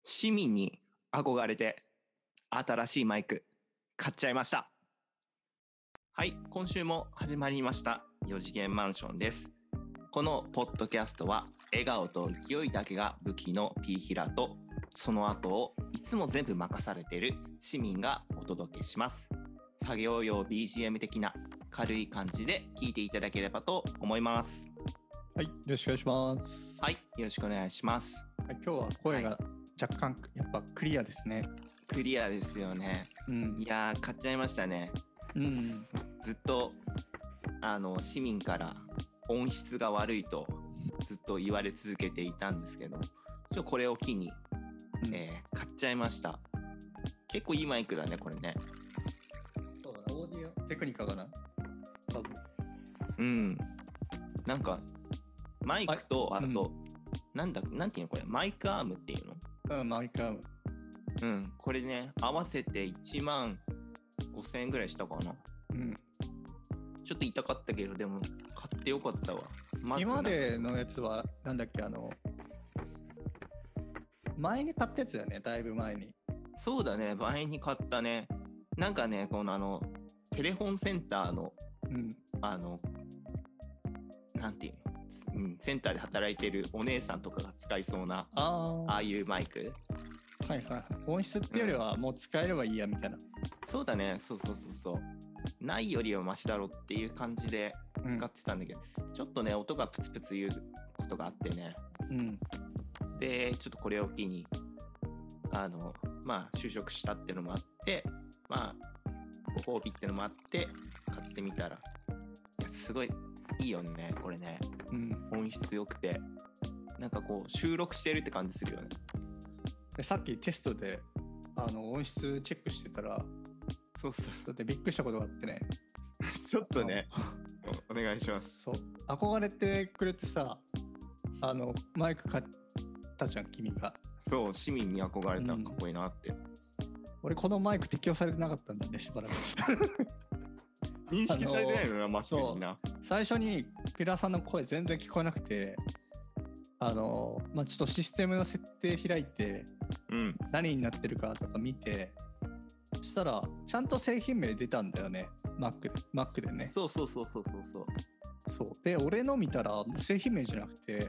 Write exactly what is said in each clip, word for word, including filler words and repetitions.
市民に憧れて新しいマイク買っちゃいました。はい、今週も始まりましたよ次元マンションです。このポッドキャストは笑顔と勢いだけが武器のピーヒラとその後をいつも全部任されている市民がお届けします。作業用 ビージーエム 的な軽い感じで聞いていただければと思います。 はい、よろしくお願いします。 はい、よろしくお願いします。 はい、今日は声が若干やっぱクリアですね。 クリアですよね。うん、いやー買っちゃいましたね。うん、ずっとあの市民から音質が悪いとずっと言われ続けていたんですけど、ちょこれを機に、うんえー、買っちゃいました。結構いいマイクだねこれね。 そうだね、オーディオテクニカかな多分。 うん。なんかマイクとあと、うん、なんだなんていうのこれマイクアームっていうの？ うん、マイクアーム。 うん、これね合わせていちまんごせんえんぐらいしたかな。うん。ちょっと痛かったけどでも買ってよかったわ。 ま、今までのやつはなんだっけあの前に買ったやつだよね、だいぶ前に。 そうだね、前に買ったね。なんかねこのあのテレフォンセンターの、うん、あのなんていうの、うん、センターで働いてるお姉さんとかが使いそうな あ, ああいうマイク。 はいはい。音質っていうよりはもう使えればいいやみたいな、うん、 そうだね、そうそうそうそう。ないよりはマシだろっていう感じで使ってたんだけど、うん、ちょっとね音がプツプツ言うことがあってね、うん、でちょっとこれを機にあのまあ就職したっていうのもあってまあご褒美っていうのもあって買ってみたらいやすごいいいよねこれね、うん、音質良くてなんかこう収録してるって感じするよね。 でさっきテストであの音質チェックしてたらそうそうだってびっくりしたことがあってねちょっとねお願いします。 そう憧れてくれてさあのマイク買ったじゃん君が。 そう市民に憧れたらかっこいいなって、うん、 俺このマイク適用されてなかったんだねしばらく認識されてないのなマジでな。 最初にピラさんの声全然聞こえなくてあの、まあ、ちょっとシステムの設定開いて、うん、何になってるかとか見てそしたらちゃんと製品名出たんだよね Mac で Mac でね。 そうそうそうそうそうそうそうで俺の見たら製品名じゃなくて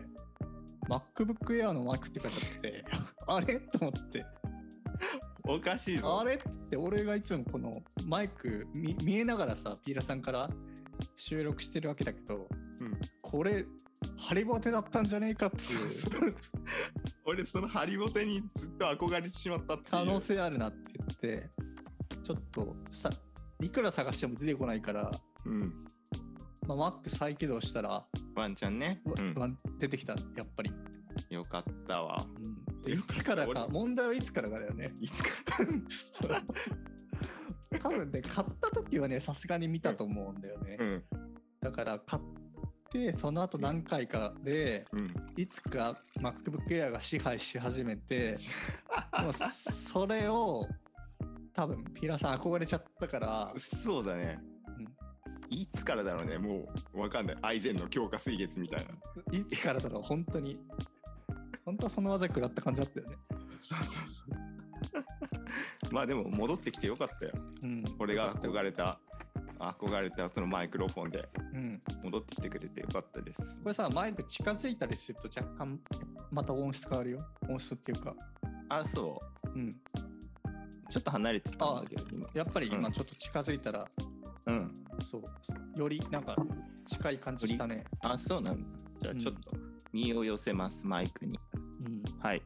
MacBook Air のマイクって書いてあってあれと思っておかしいぞあれって俺がいつもこのマイク 見, 見えながらさピーラさんから収録してるわけだけど、うん、これハリボテだったんじゃねえかっていう俺そのハリボテにずっと憧れてしまったっていう可能性あるなって言ってちょっとさいくら探しても出てこないから、うんまあ、Mac 再起動したらワンチャンね、 うん、出てきたやっぱりよかったわ、 うん、でいつからか問題はいつからかだよね。 いつから多分ね買った時はねさすがに見たと思うんだよね、うん、だから買ってその後何回かで、うん、いつか MacBook Air が支配し始めてもうそれを多分ピーラさん憧れちゃったから。 そうだね、うん、いつからだろうねもう分かんない。アイゼンの強化水月みたいな。 いつからだろう本当に本当はその技食らった感じだったよね。 そうそうそうまあでも戻ってきてよかったよ、うん、俺が憧れた憧れたそのマイクロフォンで戻ってきてくれてよかったです、うん、 これさマイク近づいたりすると若干また音質変わるよ。音質っていうかあそう、うん、ちょっと離れてたんだけど今やっぱり今ちょっと近づいたらうんそうよりなんか近い感じしたね。 あそうなんだ。じゃあちょっと身を寄せます、うん、マイクに、うん、はい。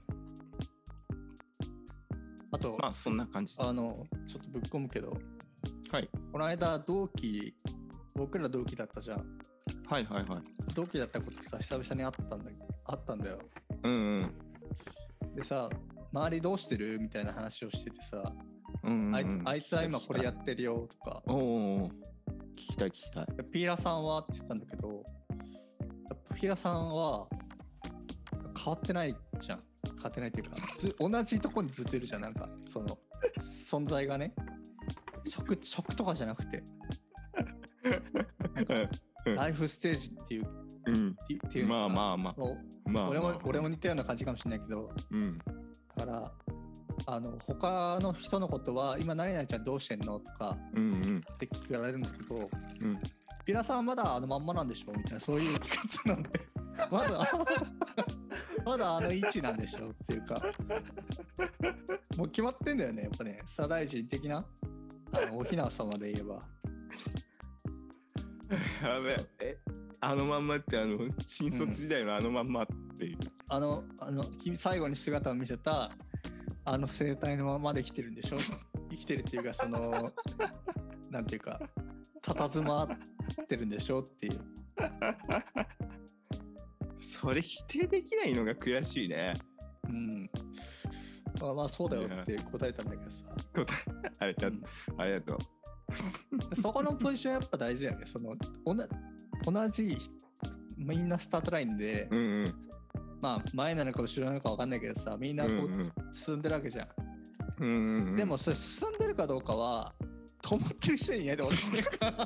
あとまあそんな感じあのちょっとぶっ込むけどはい、 この間同期僕ら同期だったじゃん。 はいはいはい。 同期だったことさ久々に会ったんだあったんだよ。 うんうん。 でさ周りどうしてるみたいな話をしててさ、うんうんうん、あいつあいつは今これやってるよとか。 おお聞きたい聞きたい。 ピーラさんはって言ってたんだけどピーラさんは変わってないじゃん。変わってないっていうかず同じとこにずっといるじゃん。なんかその存在がね食, 食とかじゃなくてなんかライフステージっていう、うん、っていうまあまあまあ、まあ、 俺も、まあ、俺も似たような感じかもしれないけど、うん、 だからあの他の人のことは今何々ちゃんどうしてんのとかって聞かれるんだけど、うん、ピラさんはまだあのまんまなんでしょみたいな、そういう聞き方なんでまだまだあの位置なんでしょっていうか、もう決まってんだよねやっぱね、左大臣的なあのおひな様で言えばやべえ、あのまんまってあの新卒時代のあのまんまっていう、うん、 あのあの最後に姿を見せたあの生態のままで生きてるんでしょ生きてるっていうか、そのなんていうか佇まってるんでしょっていう。 それ否定できないのが悔しいね。 うん。あ、まあそうだよって答えたんだけどさ。 答えありがとう、うん、ありがとう。そこのポジションやっぱ大事だよね。そのおな同じみんなスタートラインで、うんうん、まあ前なのか後ろなのか分かんないけどさ、みんなこう、うんうん、進んでるわけじゃん。うんうんうん、でもそれ進んでるかどうかは止まってる人にやる落ちてるから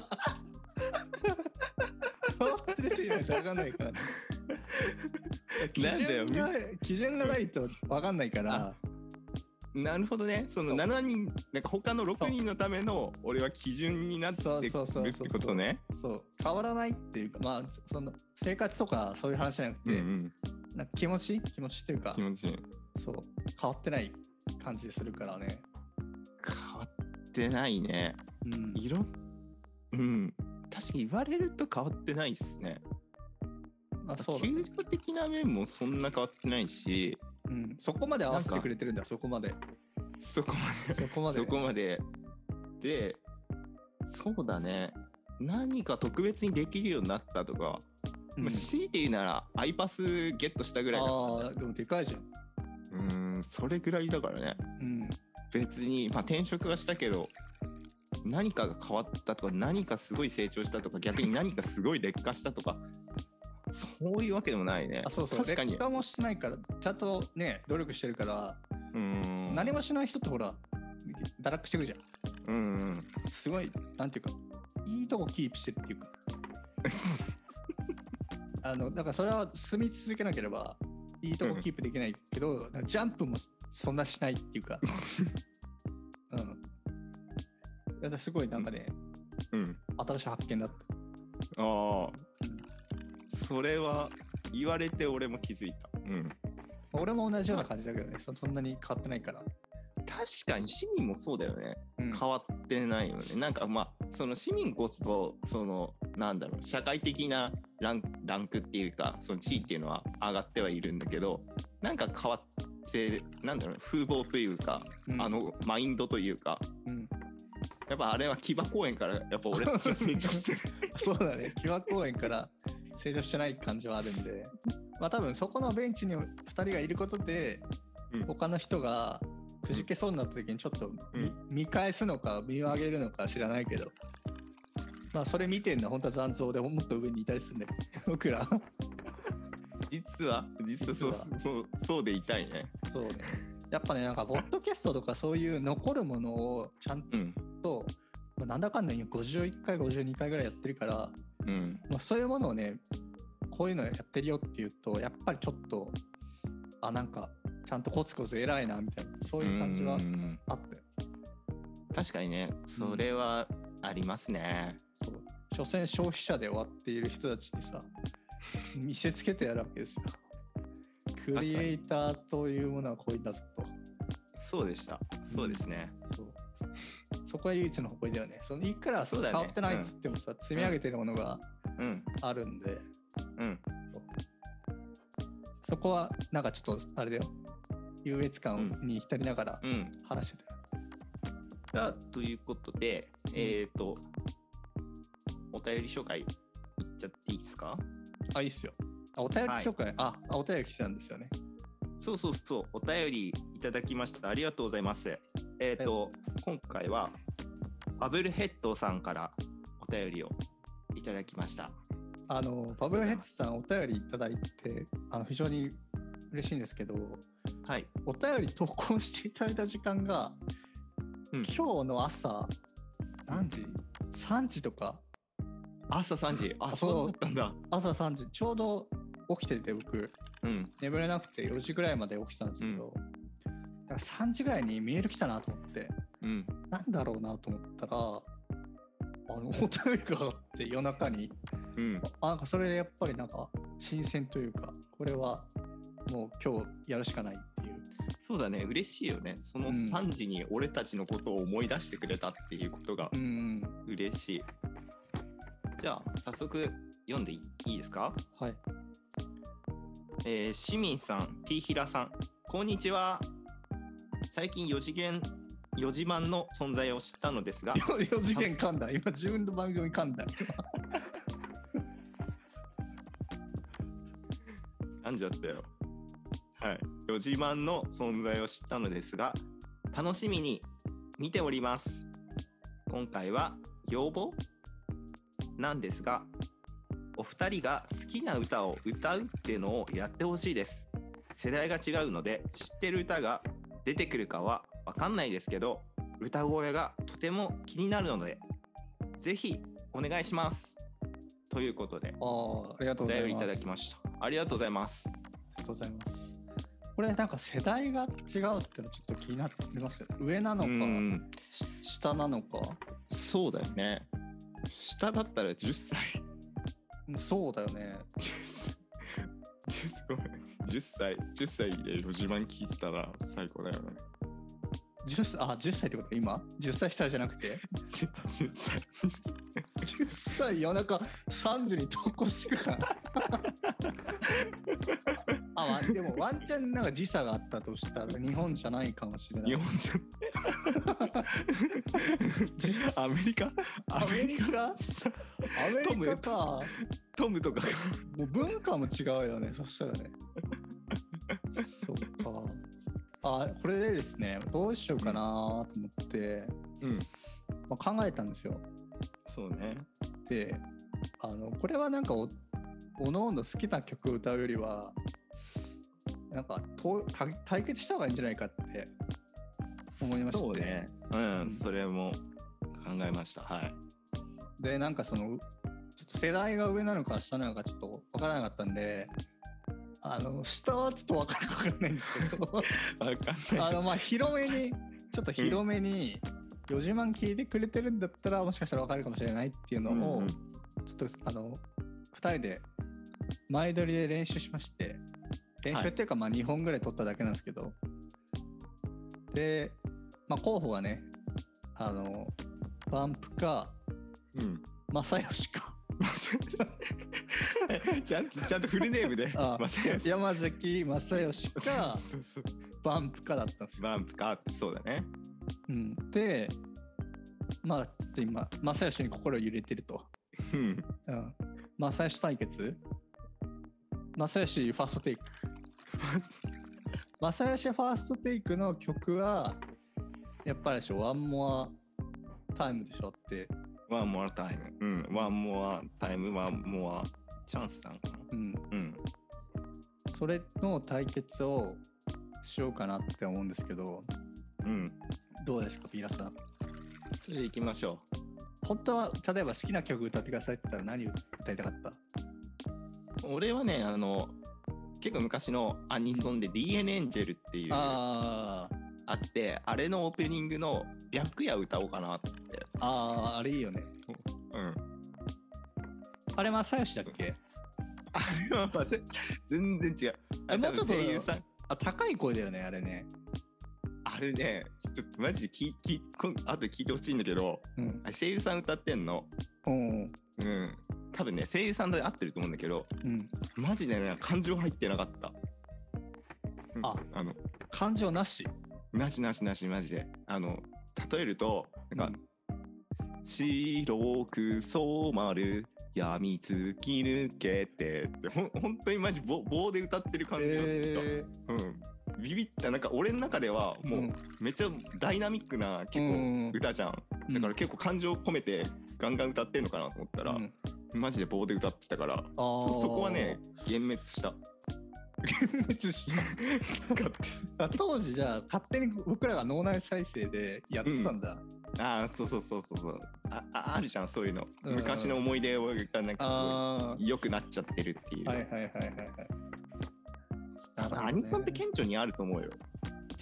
止まってる人にやると分かんないからね。なんだよ、基準がないと分かんないから。 なるほどね。そのななにん、なんか他のろくにんのための俺は基準になってくるってことね。 そう変わらないっていうか、まあその生活とかそういう話じゃなくて、うんうん、なんか気持ち気持ちっていうか、 気持ちそう変わってない感じするからね。 変わってないね。うん、色、うん、確かに言われると変わってないっすね。 あ、そうだね、 給料的な面もそんな変わってないし、 うん、そこまで合わせてくれてるんだ。そこまでそこまでそこまで、 ね、そこまでで、そうだね、何か特別にできるようになったとか、うん、まあ、強いて言うならアイパスゲットしたぐらいだから、ね、 ああでもでかいじゃん。 うーん、それぐらいだからね、うん、別に、まあ、転職はしたけど何かが変わったとか、何かすごい成長したとか、逆に何かすごい劣化したとかそういうわけでもないね。 あ、そうそう、確かに劣化もしないから、ちゃんとね努力してるから、うーん、何もしない人ってほら堕落してくるじゃん。うん、うん、すごいなんていうかいいとこキープしてるっていうかあのだからそれは住み続けなければいいとこキープできないけど、うん、ジャンプもそんなしないっていうかうん、だからすごいなんかね、うん、新しい発見だった。 ああ、それは言われて俺も気づいた。うん。 俺も同じような感じだけどね、そ, そんなに変わってないから。 確かに市民もそうだよね。うん、変わってないよね。なんかまあその市民こそそのなんだろう、社会的なランク、ランクっていうかその地位っていうのは上がってはいるんだけど、なんか変わってなんだろう、風貌というか、うん、あのマインドというか。うん、やっぱあれは騎馬公園からやっぱ俺たちは成長してる。 そうだね、騎馬公園から成長してない感じはあるんで、まあ多分そこのベンチにふたりがいることで、うん、他の人がくじけそうになった時にちょっと 見,、うん、見返すのか見上げるのか知らないけど、まあそれ見てんのは本当は残像でもっと上にいたりするんで僕ら実は実はそうそうそうでいたいね。 そうね、やっぱね、なんかポッドキャストとかそういう残るものをちゃんと、うん、なんだかんだごじゅういっかいごじゅうにかいぐらいやってるから、うん、まあ、そういうものをねこういうのやってるよっていうとやっぱりちょっとあなんかちゃんとコツコツ偉いなみたいな、そういう感じはあったよ。 確かにね、それはありますね。 うん、そう、所詮消費者で終わっている人たちにさ見せつけてやるわけですよ。クリエイターというものはこういったぞと。 そうでした。そうですね。 うん、そう、そこは唯一の誇りだよね。そのいくら変わってないっつってもさ、うん、積み上げてるものがあるんで、うんうん、そこはなんかちょっとあれだよ、優越感に浸りながら話してたよ。 うんうん、ということで、えっ、ー、とお便り紹介いっちゃっていいですか？ あ、いいっすよ。あ、お便り紹介、はい、あ、お便り来てたんですよね。 そうそうそう、お便りいただきました。ありがとうございます。えっ、ー、と、今回はバブルヘッドさんからお便りをいただきました。 あのバブルヘッドさんお便りいただいてあの非常に嬉しいんですけど、はい、お便り投稿していただいた時間が、うん、今日の朝何時？さんじとか。 朝さんじ、あ、そうだったんだ。 朝さんじ、ちょうど起きてて僕、うん、眠れなくてよじぐらいまで起きてたんですけど、うん、 からさんじぐらいにメール来たなと思って、 うん、 なんだろうなと思ったら、あのお便りがあって夜中に、 うん、 あなんかそれでやっぱりなんか新鮮というか、これはもう今日やるしかないっていう。 そうだね、嬉しいよね。そのさんじに俺たちのことを思い出してくれたっていうことが嬉しい。うんうん、じゃあ早速読んでいいですか？ はい。 えー、市民さん、P 平さん、こんにちは。最近よ次元よじまんの存在を知ったのですが、 よ次元噛んだ。今自分の番組噛んだ。 噛んじゃったよ。はい。よじまんの存在を知ったのですが、楽しみに見ております。今回は要望なんですが、お二人が好きな歌を歌うっていうのをやってほしいです。世代が違うので知ってる歌が出てくるかはわかんないですけど、歌声がとても気になるのでぜひお願いしますということで、 あありがとうございます。お便りいただきました。ありがとうございます。 ありがとうございます。これなんか世代が違うっていうのちょっと気になりますよ。上なのか下なのか。 そうだよね。下だったらじゅっさい。 そうだよね。 じゅっさい、じゅっさいでよじまん聞いてたら最高だよね。 じゅっさい、あ、じゅっさいってこと今 ?じゅっさい下じゃなくてじゅっさい。 じゅっさい夜中さんじに投稿してくるからあ、まあ、でもワンチャンなんか時差があったとしたら日本じゃないかもしれない。 日本じゃアメリカアメリカアメリカか。 トムとかもう文化も違うよね。そしたらねそうか。あ、これでですね、どうしようかなと思って、 うんまあ、考えたんですよ。 そうね。 で、あのこれはなんかおおのおの好きな曲を歌うよりはなんかと対決した方がいいんじゃないかって思いまして。 そうね。うん、うん、それも考えました。はい。 で、なんかそのちょっと世代が上なのか下なのかちょっと分からなかったんで、あの下はちょっと分かるか分かんないんですけど分かんないあのまあ広めにちょっと広めによじまん聞いてくれてるんだったらもしかしたら分かるかもしれないっていうのを、うんうん、ちょっとあのふたりで前撮りで練習しまして、練習っていうかまあにほんぐらい撮っただけなんですけど、はい、で、まあ、候補がね、あのバンプか、うん、正義かちゃんとちゃんとフルネームであ山崎正義かバンプかだったんですよ。 バンプか、そうだね。 うん、でまあちょっと今正義に心を揺れてると、うんうん、正義対決、正義ファーストテイク正義ファーストテイクの曲はやっぱりでしょ、ワンモアタイムでしょって。 ワンモアタイム、うん、ワンモアタイム、ワンモアチャンスなのかな。うん、うん、 それの対決をしようかなって思うんですけど、うん、どうですか、ピーラさん。 それでいきましょう。本当は例えば好きな曲歌ってくださいって言ったら何歌いたかった？ 俺はね、あの結構昔のアニソンで ディーエヌ エンジェルっていうああって、あれのオープニングの白夜歌おうかなって。 ああ、あれいいよね。うん。あれ正義だっけ？ あれは全然違う。 あれもうちょっと声優さん、あ、高い声だよね、あれね。 あれね、ちょっとマジで聞いあとで聞いてほしいんだけど、うん、あれ声優さん歌ってんの。うん。多分ね、声優さんで合ってると思うんだけど、うん、マジでね、感情入ってなかった。 うん、あ、あの感情なしなしなしなし、マジで。あの例えるとなんか、うん、白く染まる闇突き抜けてってほ本当にマジ 棒, 棒で歌ってる感じがした、えーうん、ビビった。なんか俺の中ではもうめっちゃダイナミックな結構歌じゃん、うん、だから結構感情込めてガンガン歌ってんのかなと思ったら、うん、マジで棒で歌ってたから、そ, そこはね幻滅した幻滅した当時じゃあ勝手に僕らが脳内再生でやってたんだ、 うん、ああそうそうそうそうそう あ, あ, あるじゃんそういうの、うん、昔の思い出がなんかすごい良くなっちゃってるっていう。 はいはいはいはいはい。 アニソンって顕著にあると思うよ。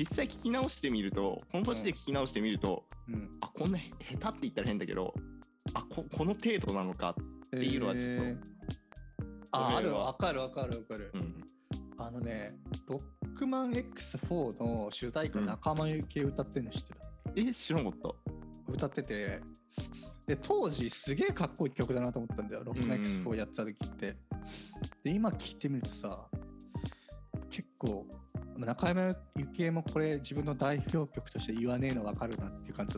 実際聞き直してみると、この年で聞き直してみると、 うん、 あ、こんな下手って言ったら変だけど、あ こ, この程度なのかっていうのはちょっと、えー、 ああるわかるわかるわかる、 うん、 あのねロックマン エックスフォー の主題歌、うん、仲間由紀恵歌ってるの知ってた？ え知らなかった。 歌ってて、で当時すげえかっこいい曲だなと思ったんだよ、ロックマン エックスフォー やってた時って、うん、で今聴いてみるとさ、結構中山由紀恵もこれ自分の代表曲として言わねえの分かるなっていう感じだ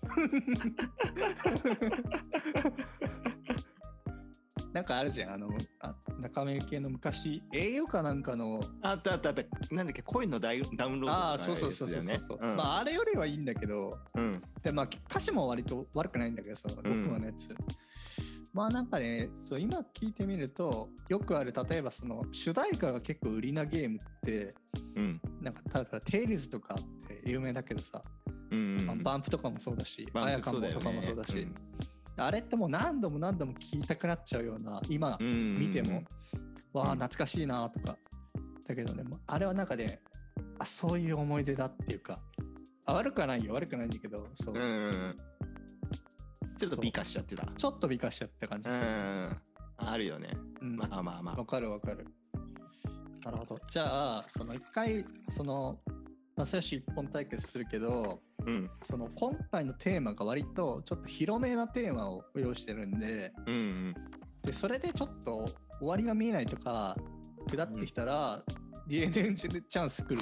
ったなんかあるじゃん、あのあ中山由紀恵の昔栄養かなんかのあったあったあった、なんだっけ、声のダウンロードとか、ね、 ああそうそうそうそうそう、うん、まああれよりはいいんだけど、うん、でまあ歌詞も割と悪くないんだけど、そのロックマンのやつ、うん、まあなんかね、そう今聞いてみるとよくある、例えばその主題歌が結構売りなゲームって、うん、なんか例えばテイルズとかって有名だけどさ、うんうん、バンプとかもそうだし、あやかもとかもそうだし、うん、あれってもう何度も何度も聞きたくなっちゃうような、今見ても、うんうんうん、わあ懐かしいなとか、だけどね、あれはなんかね、あそういう思い出だっていうか、あ悪くはないよ、悪くないんだけど、そう、うんうん、 ちょっと美化しちゃってた。 ちょっと美化しちゃった感じです、ね、 うんあるよね、うん、まあまあまあわかるわかる。なるほど。じゃあその一回その正義一本対決するけど、うん、その今回のテーマが割とちょっと広めなテーマを用意してるんで、うんうん、でそれでちょっと終わりが見えないとか下ってきたら、うん、ディーエヌエー チャンス来る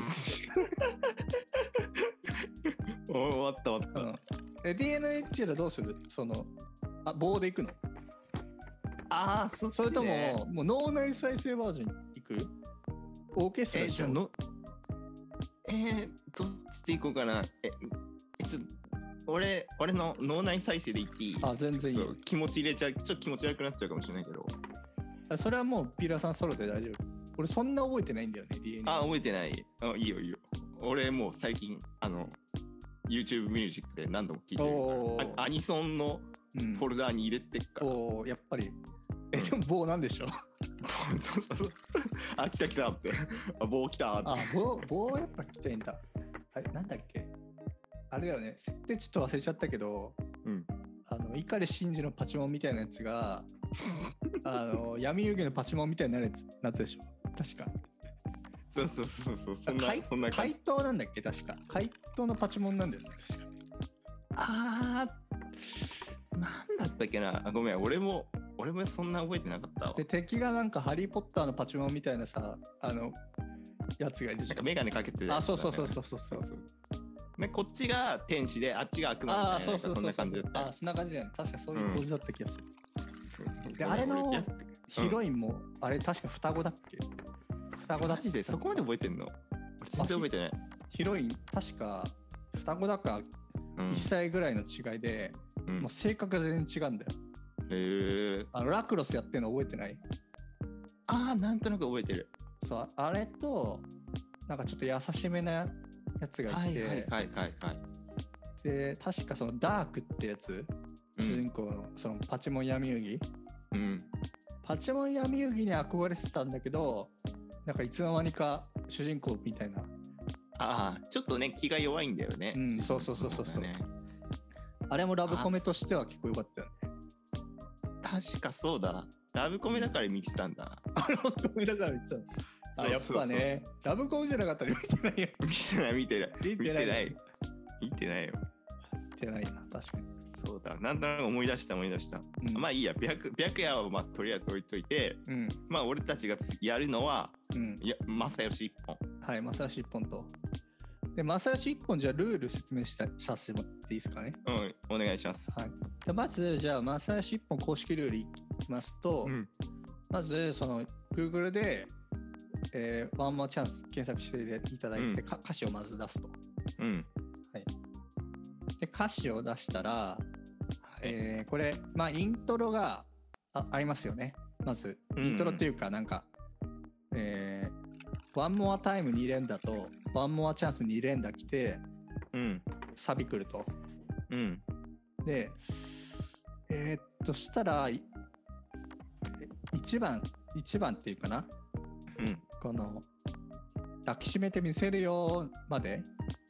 終わった終わった、うん、 え ディーエヌエー チェラどうする？そのあ棒でいくの？ ああ、そっちね。 それとももう脳内再生バージョンいく？オーケストラでしょ？えー、のえー、どっちでいこうかな。ええちょ俺俺の脳内再生でいっていい？ あ全然いいよ。 気持ち入れちゃう、ちょっと気持ち悪くなっちゃうかもしれないけど。 それはもうピーラーさんソロで大丈夫。俺そんな覚えてないんだよね。ディーエヌエー。 あ覚えてない。あいいよいいよ。俺もう最近あの YouTube ミュージックで何度も聴いてるから、アニソンのフォルダーに入れてっから、うん、 おやっぱりえでも棒なんでしょそうそうそうあ来た来たってあ棒来たってあ棒棒やっぱ来てんだ。あれなんだっけ、あれだよね、設定ちょっと忘れちゃったけど、うん、あの碇シンジのパチモンみたいなやつがあの闇遊戯のパチモンみたいなやつなつでしょ確か。 そうそうそうそう、そんな怪そんな怪盗なんだっけ確か。怪盗のパチモンなんだよね確か。 あーなんだったっけな、あごめん俺も俺もそんな覚えてなかったわ。 で敵がなんかハリーポッターのパチモンみたいなさあのやつがいるじゃん。 なんかメガネかけてる、 ね、あそうそうそうそうそうそうね、こっちが天使であっちが悪魔みたいな、あそうそうそうそう、そんな感じだった。 あそんな感じだよね、確かそういう構図だった気がする、うん、であれのヒロインも、うん、あれ確か双子だっけ？双子だっけ？ マジでそこまで覚えてんの？全然覚えてない。 ヒロイン確か双子だかいっさいぐらいの違いで、うん、もう性格が全然違うんだよ。へえ。あのラクロスやってるの覚えてない？ ああなんとなく覚えてる。 そうあれとなんかちょっと優しめなやつがいて、はいはいはいはい、はい、で確かそのダークってやつ、うん、主人公のそのパチモン闇遊戯、うん、パチモン闇遊戯に憧れてたんだけどなんかいつの間にか主人公みたいな。 ああちょっとね気が弱いんだよね。 うんそうそうそうそうそう、ね、あれもラブコメとしては結構良かったよね。 確かそうだ、ラブコメだから見てたんだ。 ラブコメだから見てたんだ。あやっぱねそうそうラブコメじゃなかったら見てないよ。 見てない見てない見てない見てないよ。 見てないな確かに。 そうだなんとなく思い出した思い出した、うん、まあいいや白夜はまあとりあえず置いといて、うん、まあ俺たちがやるのは、うん、いや正義一本。 はい正義一本とで正義一本じゃあルール説明したさせてもらっていいですかね。 うんお願いします。 はい、でまずじゃあ正義一本公式ルールいきますと、うん、まずその Google でえー、ワンモアチャンス検索していただいて、うん、歌詞をまず出すと、うんはい、で歌詞を出したら、はいえー、これ、まあ、イントロが あ, ありますよね。まずイントロっていうかなんか、うんえー、ワンモアタイムに連打とワンモアチャンスに連打来て、うん、サビ来ると、うん、でえー、っとしたらいちばんいちばんっていうかな、うん、この抱きしめてみせるよまで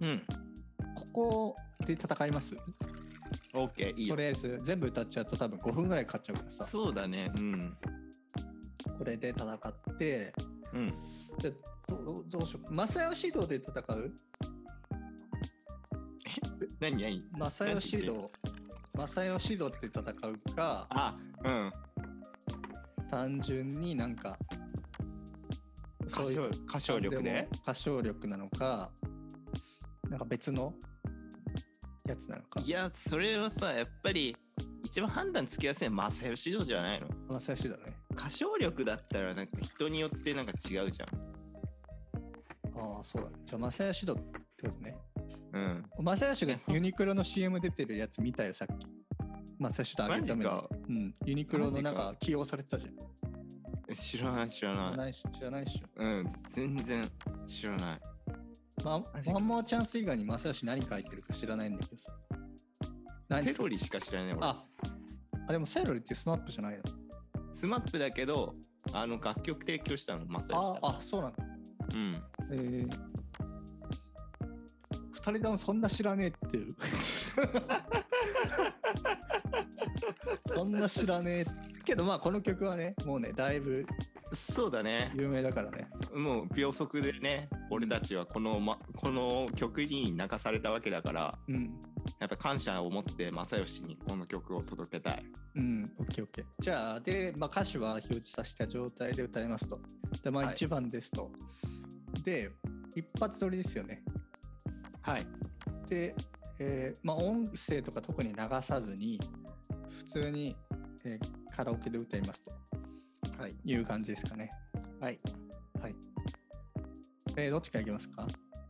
うん。 ここで戦います？ OK、いいよ。 とりあえず全部歌っちゃうと多分ごふんぐらいかかっちゃうからさ。 そうだね。うん。 これで戦って、 うん。 じゃど, どうしよう。正義道で戦う？ 何何？ 正義道。正義道って戦うか。 あ、うん。 単純になんかそういう歌唱力で歌唱力なのか、なんか別のやつなのか。 いや、それはさ、やっぱり一番判断つきやすいのは正義道じゃないの？ 正義道ね。 歌唱力だったらなんか人によってなんか違うじゃん。 ああ、そうだね。じゃあ正義道ってことね。 うん。 正義がユニクロの シーエム 出てるやつ見たよ、さっき。正義道あげるために。うん。ユニクロのなんか起用されてたじゃん。 知らない知らない。 知らないっしょ。 うん、全然知らない。 まあ、ワンモアチャンス以外に正義何書いてるか知らないんだけどさ。 セロリしか知らない俺。 あ、あでもセロリってスマップじゃないの？ スマップだけど、あの楽曲提供したの正義だ。 ああ、そうなんだ。 うん。 えー、二人ともそんな知らねえっていう。そんな知らねえけど、まあこの曲はね、もうねだいぶそうだね、 有名だからね。 もう秒速でね、俺たちはこの、ま、この曲に泣かされたわけだから、うん、やっぱ感謝を持って正義にこの曲を届けたい。 うん、オッケーオッケー。じゃあで、まあ、歌詞は表示させた状態で歌いますと。で、まあいちばんですと。はい、で、一発撮りですよね。 はい。 で、えー、まあ音声とか特に流さずに普通に、えー、カラオケで歌いますと、はい、いう感じですかね。 はいはい。えー、どっちからいきますか？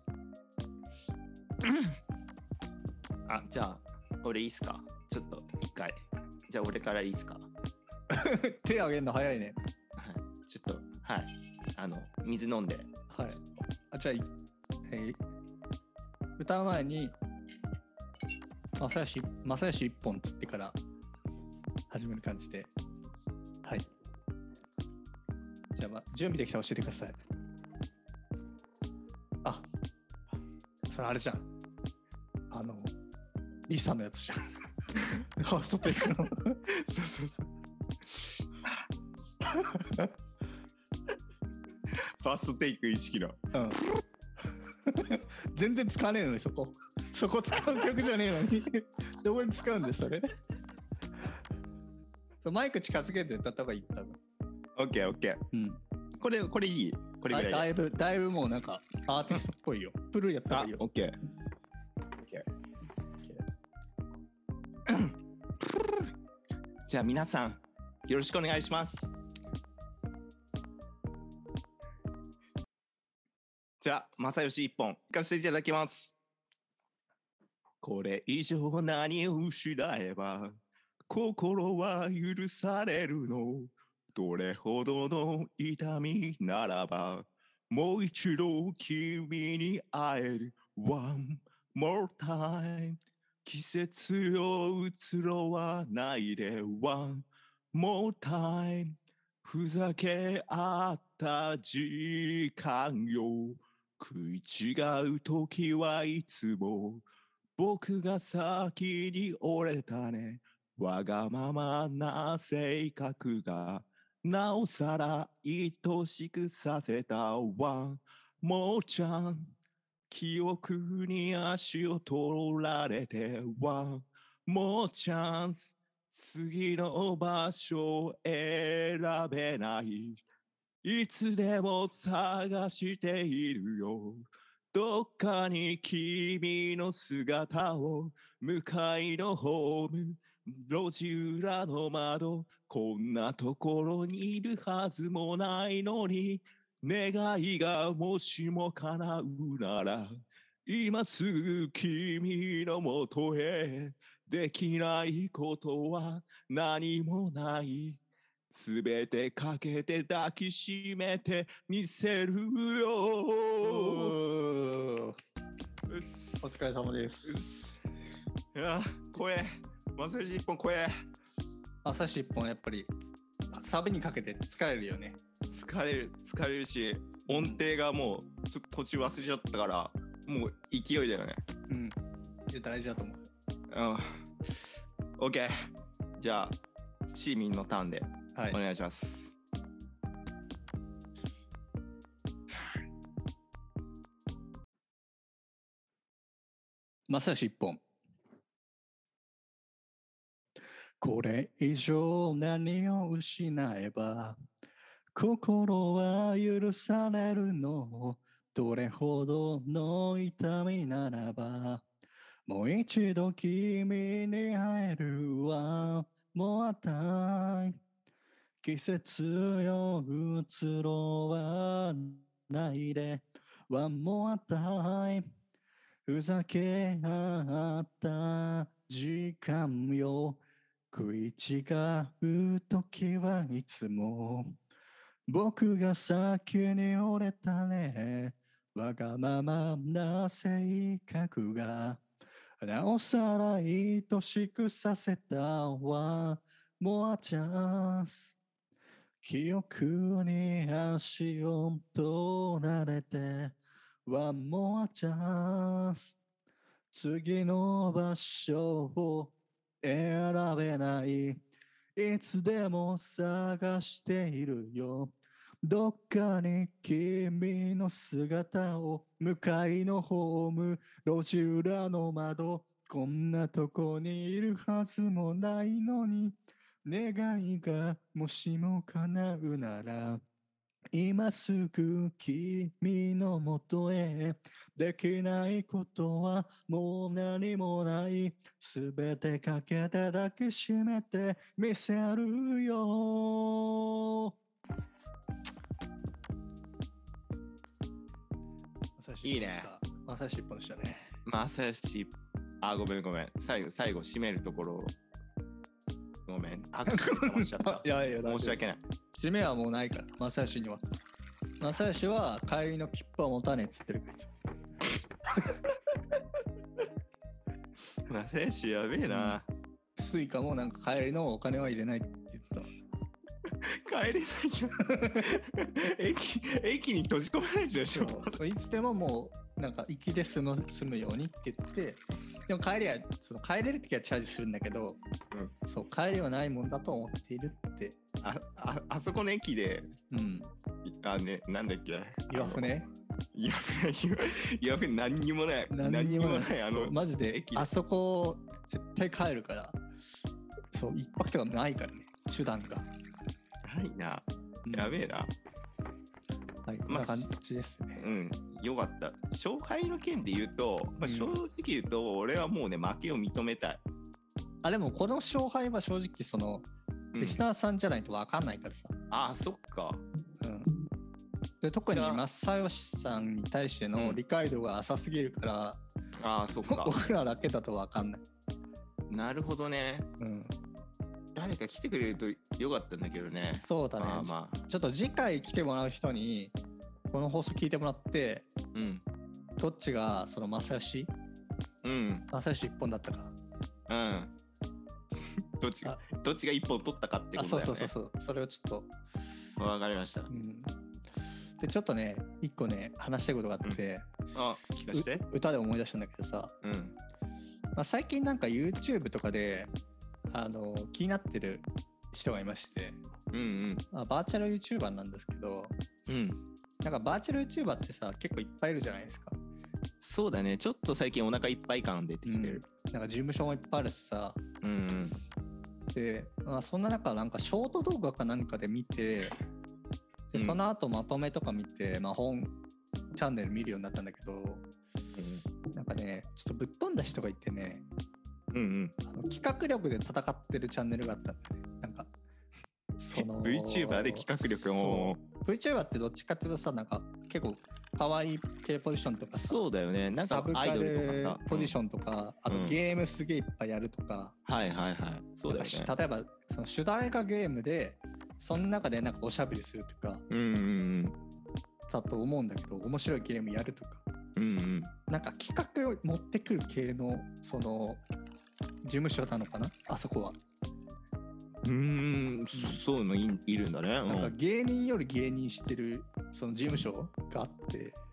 あ、じゃあ俺いいっすか？ちょっと一回。じゃあ俺からいいっすか？ 手挙げるの早いね。 ちょっとはいあの水飲んで。 はい。あ、じゃあ、えー、歌う前に正義正義一本つってから始める感じで。はい。じゃあ、まあ、準備できたら教えてください。あ、それあれじゃん。あのリサのやつじゃん。ファーストテイクの。そうそうそう。 ファーストテイク意識の。うん。 全然使わねえのにそこ。そこ使う曲じゃねえのに。どこに使うんだよそれ。マイク近づけて歌った方がいい多分。 オッケーオッケー。うん。これこれいい？これぐらい。 だいぶだいぶもうなんかアーティストっぽいよ。プルやった方がいいよ。 オッケー。じゃあ皆さんよろしくお願いします。じゃあ正義一本いかせていただきます。これ以上何を失えば心は許されるの？どれほどの痛みならばもう一度君に会える One more time 季節を移ろわないで One more time ふざけ合った時間よ食い違う時はいつも僕が先に折れたねわがままな性格がなおさら愛しくさせたわもうちゃん記憶に足を取られてはもうチャンス次の場所選べないいつでも探しているよどっかに君の姿を向かいのホーム路地裏の窓こんなところにいるはずもないのに願いがもしも叶うなら今すぐ君のもとへできないことは何もないすべてかけて抱きしめてみせるよお疲れ様です。 いや怖え正義一本怖え正義一本やっぱりサビにかけて疲れるよね。 疲れる疲れるし音程がもうちょっと途中忘れちゃったからもう勢いだよね。 うん。いや大事だと思う。 うん。OK。じゃあ、市民のターンでお願いします。 正義一本。これ以上何を失えば心は許されるの？どれほどの痛みならばもう一度君に会えるわ。もうたい季節よ移ろわないで One more time ふざけ合った時間よ食い違う時はいつも僕が先に折れたねわがままな性格がなおさら愛しくさせたわ More chance 記憶に足を取られて One more chance 次の場所を選べないいつでも探しているよどっかに君の姿を向かいのホーム路地裏の窓こんなとこにいるはずもないのに願いがもしも叶うなら今すぐ君のもとへできないことはもう何もないすべてかけて抱きしめてみせるよいいね。 まさし一本でしたね。 まさし、あ、ごめんごめん。最後、最後、締めるところ。ごめん。あ、かましちゃった。 いやいや、 申し訳ない。 締めはもうないから、まさしには。まさしは帰りの切符は持たねえっつってるから。 まさしやべえな。 スイカもなんか帰りのお金は入れないって言ってた。 帰れないじゃん駅, 駅に閉じ込められちゃうでしょいつでももうなんか行きで済む、済むようにって言ってでも帰りはその帰れる時はチャージするんだけど、うん、そう帰りはないもんだと思っているってあ あ, あそこの駅で、うん、あねなんだっけ岩船岩船岩船何にもない何にもないあのマジで駅であそこ絶対帰るからそう一泊とかないからね手段がないな、やべえな。 はい、こんな感じですね。 うん、よかった。勝敗の件で言うと、まあ、正直言うと、俺はもうね、負けを認めたい。 あ、でもこの勝敗は正直、その、リスナーさんじゃないと分かんないからさ。 うん、ああ、そっか。 うん。で、特に正義さんに対しての理解度が浅すぎるから、うん、 ああ、そっか。 僕らだけだと分かんない。 なるほどね。うん。誰か来てくれるとよかったんだけどね。 そうだね。まあまあ、ちょっと次回来てもらう人にこの放送聞いてもらって、うん、どっちがその正義、うん、正義一本だったか。うん。 どっちがどっちが一本取ったかってことだよね。 そうそうそうそう。それをちょっと。わかりました。うん。 でちょっとね一個ね話したいことがあって、 うん、あ聞かせて。 歌で思い出したんだけどさ。うん。まあ、最近なんか YouTube とかであの気になってる人がいまして、うんうんまあ、バーチャル YouTuber なんですけど、うん、なんかバーチャル YouTuber ってさ結構いっぱいいるじゃないですか。 そうだねちょっと最近お腹いっぱい感出てきてる、 うん、なんか事務所もいっぱいあるしさ、うんうん、で、まあ、そんな中なんかショート動画かなんかで見てでその後まとめとか見て、まあ、本チャンネル見るようになったんだけど、うん、なんかねちょっとぶっ飛んだ人がいてねうんうん、あの企画力で戦ってるチャンネルがあったんだよね。なんかその VTuber で企画力を VTuber ってどっちかっていうとさなんか結構可愛い系ポジションとかさそうだよねなんかアイドルとかさポジションとか、うん、あとゲームすげえいっぱいやるとか、 うん、はいはいはいそうだよね例えばその主題歌ゲームでその中でなんかおしゃべりするとか、うんうんうん、だと思うんだけど面白いゲームやるとか、うんうん、なんか企画を持ってくる系のその事務所なのかなあそこは。 うーんそういうの い, いるんだね。 なんか芸人より芸人してるその事務所があって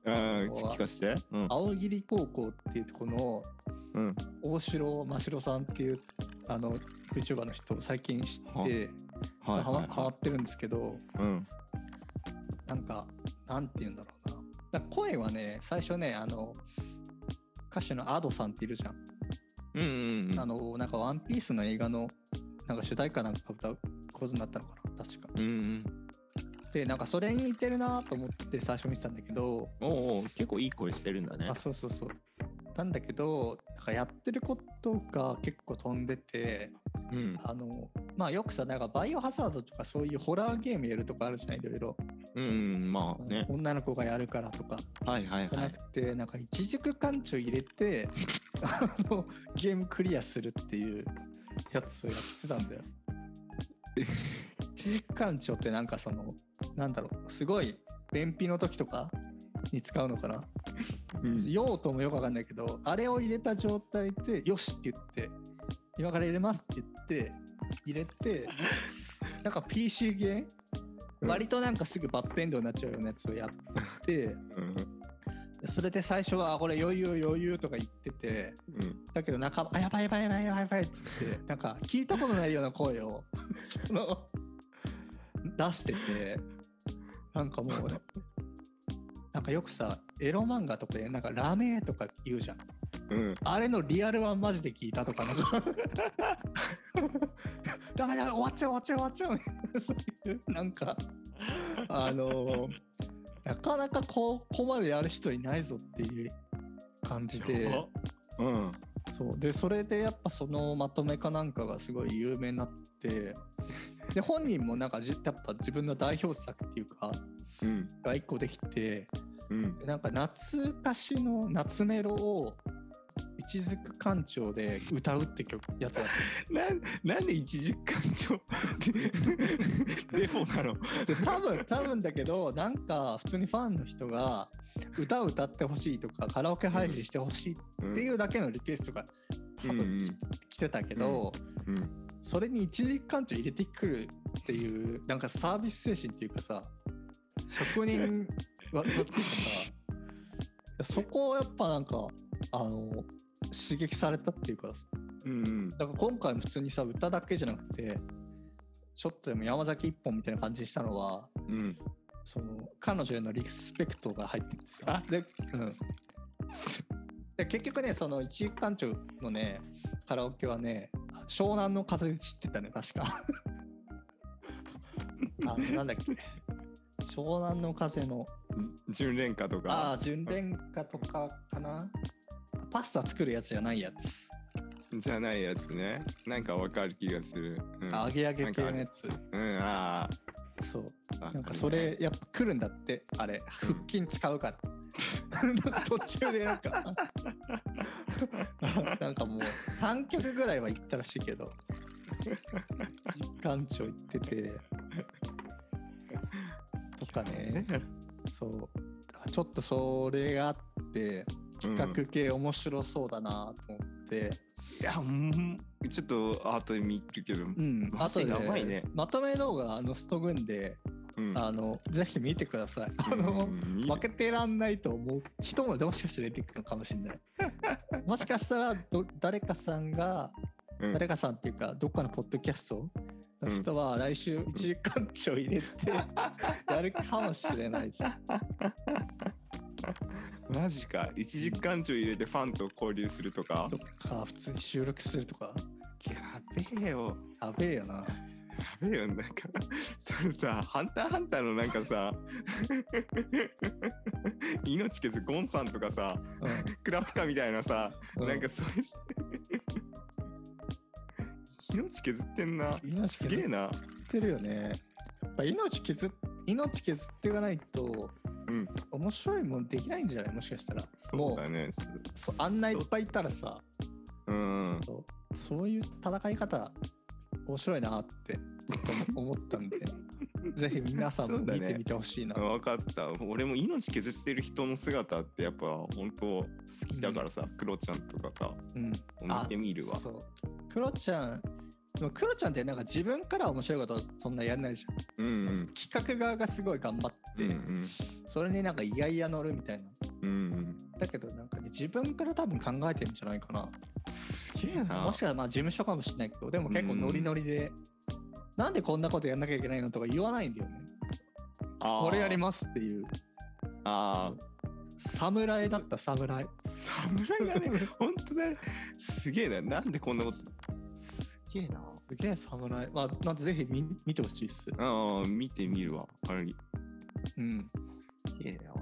あ聞かせて、 うん、青桐高校っていうとこの、うん、大城真城さんっていうあの YouTuber の人を最近知って、はま、ハマってるんですけど、うん、なんかなんて言うんだろうな、だ声はね最初ねあの歌手の Ado さんっているじゃん、うんうんうん、あのなんかワンピースの映画のなんか主題歌なんか歌うことになったのかな確か、うんうん、でなんかそれに似てるなと思って最初見てたんだけど、 おうおう結構いい声してるんだね。 あそうそうそうなんだけどなんかやってることが結構飛んでて、うん、あのまあよくさなんかバイオハザードとかそういうホラーゲームやるとかあるじゃないいろいろ、 うんうん、まあね女の子がやるからとか、 はいはいはい、 じゃなくてなんか一軸感情入れてあのゲームクリアするっていうやつをやってたんだよ。一軸感情ってなんかそのなんだろうすごい便秘の時とかに使うのかな、うん、用途もよくわかんないけどあれを入れた状態でよしって言って今から入れますって言って入れてなんか ピーシー ゲー、うん、割となんかすぐバッドエンドになっちゃうようなやつをやって、うん、それで最初はこれ余裕余裕とか言ってて、うん、だけどなんかあやばいやばいやばいやばいやばいっつってなんか聞いたことないような声をその出しててなんかもうなんかよくさエロ漫画とかでなんかラメとか言うじゃん、うん、あれのリアルはマジで聞いたとかなんかダメダメ終わっちゃう終わっちゃう終わっちゃうそういうなんかあのー、なかなかここまでやる人いないぞっていう感じで、うん、そうでそれでやっぱそのまとめかなんかがすごい有名になってで本人もなんかじやっぱ自分の代表作っていうか、うん、が一個できて、うん、なんか夏歌詞の夏メロを一軸感情で歌うって曲やつだったな, なんで一軸感情デフォなので多分多分だけどなんか普通にファンの人が歌を歌ってほしいとかカラオケ配信してほしいっていうだけのリクエストが多分来てたけど、うんうんうん、それに一軸感情入れてくるっていうなんかサービス精神っていうかさ職人はっていうかさそこをやっぱなんかあの刺激されたっていうか、うんうん、だから今回も普通にさ歌だけじゃなくてちょっとでも山崎一本みたいな感じにしたのは、うん、その彼女へのリスペクトが入っててさで、うん、で結局ねその一軸館長のねカラオケはね湘南の風で散ってたね確かあなんだっけ湘南の風の純恋歌とかああ純恋歌とかかなパスタ作るやつじゃないやつじゃないやつねなんかわかる気がする、 うん、揚げ揚げ系のやつうんああそうなんかそれやっぱ来るんだってあれ腹筋使うから、うん、途中でなんかなんかもうさんきょくぐらいは行ったらしいけど館長行っててとかねそうちょっとそれがあって企画系面白そうだなと思って、うん、 いやうんちょっと後で見るけど、うん、後でやばいねまとめ動画載せとくんで、うん、あのぜひ見てくださいあの、うん、負けてらんないと思う人ももしかして出てくるかもしれないもしかしたらど誰かさんが、うん、誰かさんっていうかどっかのポッドキャストの人は来週一時間長入れてやるかもしれないですマジか一軸館長入れてファンと交流するとかとか普通に収録するとかやべえよやべえよなやべえよなんかそれさハンターハンターのなんかさ命削ゴンさんとかさ、うん、クラプカみたいなさ、うん、なんかそういう命削ってんな命削ってるよねやっぱ命削っ命削っていかないとうん、面白いもんできないんじゃないもしかしたらそうだねそうあんないっぱいいたらさ、うん、そうそういう戦い方面白いなって思ったんでぜひ皆さんも見てみてほしいな、 ね、分かった俺も命削ってる人の姿ってやっぱ本当好きだからさ、うん、クロちゃんとかさ、うん、見てみるわそうクロちゃんでもクロちゃんってなんか自分から面白いことそんなやんないじゃん、うんうん、企画側がすごい頑張って、うんうん、それになんかいやいや乗るみたいなうん、 だけどなんかね、自分から多分考えてるんじゃないかな。 すげえな。 もしかしたらまあ事務所かもしれないけど、でも結構ノリノリで、うん、なんでこんなことやんなきゃいけないのとか言わないんだよね。これやりますっていう。 ああ。 侍だった、侍。 侍だね。本当だよ。すげえな。なんでこんなこと。すげえな。 すげえ侍。まあ、なんでぜひ 見, 見てほしいっす。 ああ、見てみるわ。あれ。 うん。 すげえな。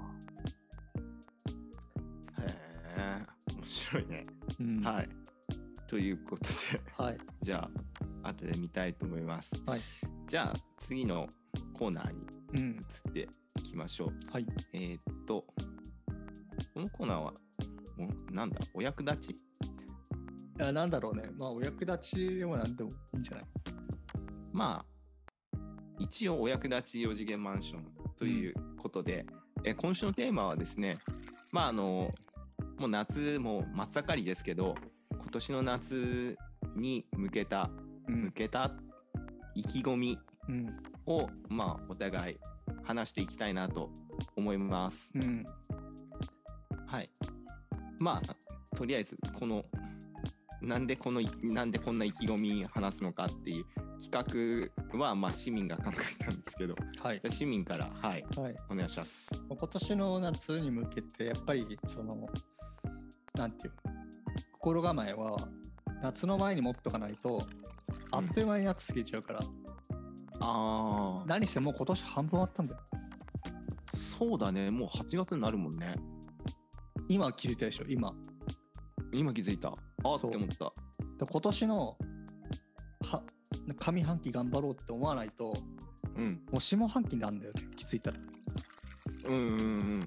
へえ、面白いね。うん、はい。ということで、 はい、 じゃあ、後で見たいと思います。 はい、 じゃあ、次のコーナーに移っていきましょう。 うん、はい。 えー、っと、このコーナーは、なんだ、お役立ち？いや、なんだろうね。まあ、お役立ちでもなんでもいいんじゃない？ まあ、一応お役立ちよ次元マンションということで、うん、え今週のテーマはですね、まあ、あの、もう夏も真っ盛りですけど、今年の夏に向けた、うん、向けた意気込みを、うん、まあ、お互い話していきたいなと思います。うん、はい。まあ、とりあえず、この、なんでこの、なんでこんな意気込み話すのかっていう企画は、まあ、市民が考えたんですけど、はい、市民から、はい、はい、お願いします。 今年の夏に向けて、やっぱり、その、なんていう、心構えは、夏の前に持っとかないと、あっという間に夏過ぎちゃうから。うん、 ああ。 何せもう今年半分終わったんだよ。 そうだね、もうはちがつになるもんね。 今気づいたでしょ、今。 今気づいた。あって思った。 今年のは上半期頑張ろうって思わないと、うん、もう下半期なんだよね、気づいたら。 うんうんうん。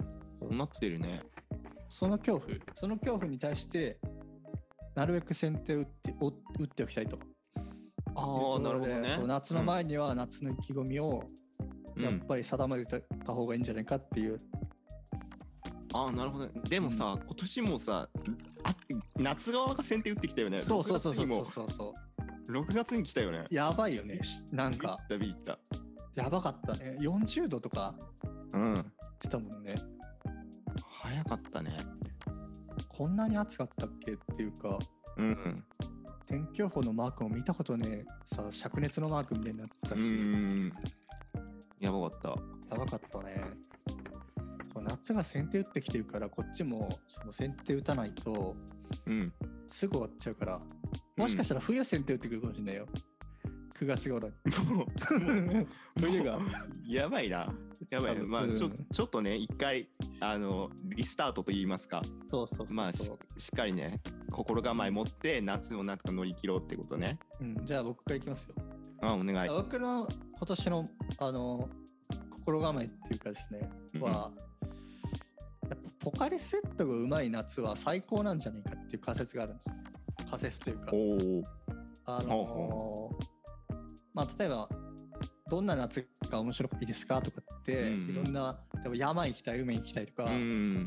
そうなってるね。 その恐怖、その恐怖に対して、なるべく先手を打って打っておきたいと。 ああ、なるほどね。 そう、夏の前には夏の意気込みをやっぱり定めてた方がいいんじゃないかっていう。 うん、ああ、なるほど、ね。でもさ、うん、今年もさ、あ夏側が先手打ってきたよね。 そうそうそうそうそうそう。 ろくがつに来たよね。 やばいよね。なんか。 ビビったビビった。 やばかったね。よんじゅうどとか。うん。言ってたもんね。 早かったね。 こんなに暑かったっけっていうか。うん。天気予報のマークも見たことね、さ、灼熱のマークみたいになったし。うん。 やばかった。 やばかったね。そう、夏が先手打ってきてるから、こっちもその先手打たないと、うん、すぐ終わっちゃうから、もしかしたら冬先手打ってくるかもしれないよ。くがつ頃に。もう冬がやばいな。やばいな。まあちょ、ちょっとね、一回あのリスタートと言いますか。 そうそうそうそう。 まあ し, しっかりね、心構え持って夏をなんとか乗り切ろうってことね。 うん、じゃあ僕からいきますよ。 あ、お願い。 僕の今年のあの心構えっていうかですね、うん、はやっぱポカリスエットがうまい夏は最高なんじゃないかっていう仮説があるんです。仮説というか。おあのー、まあ例えばどんな夏が面白いですかとかって、うんうん、いろんな例えば山行きたい、海行きたいとか、うんうん、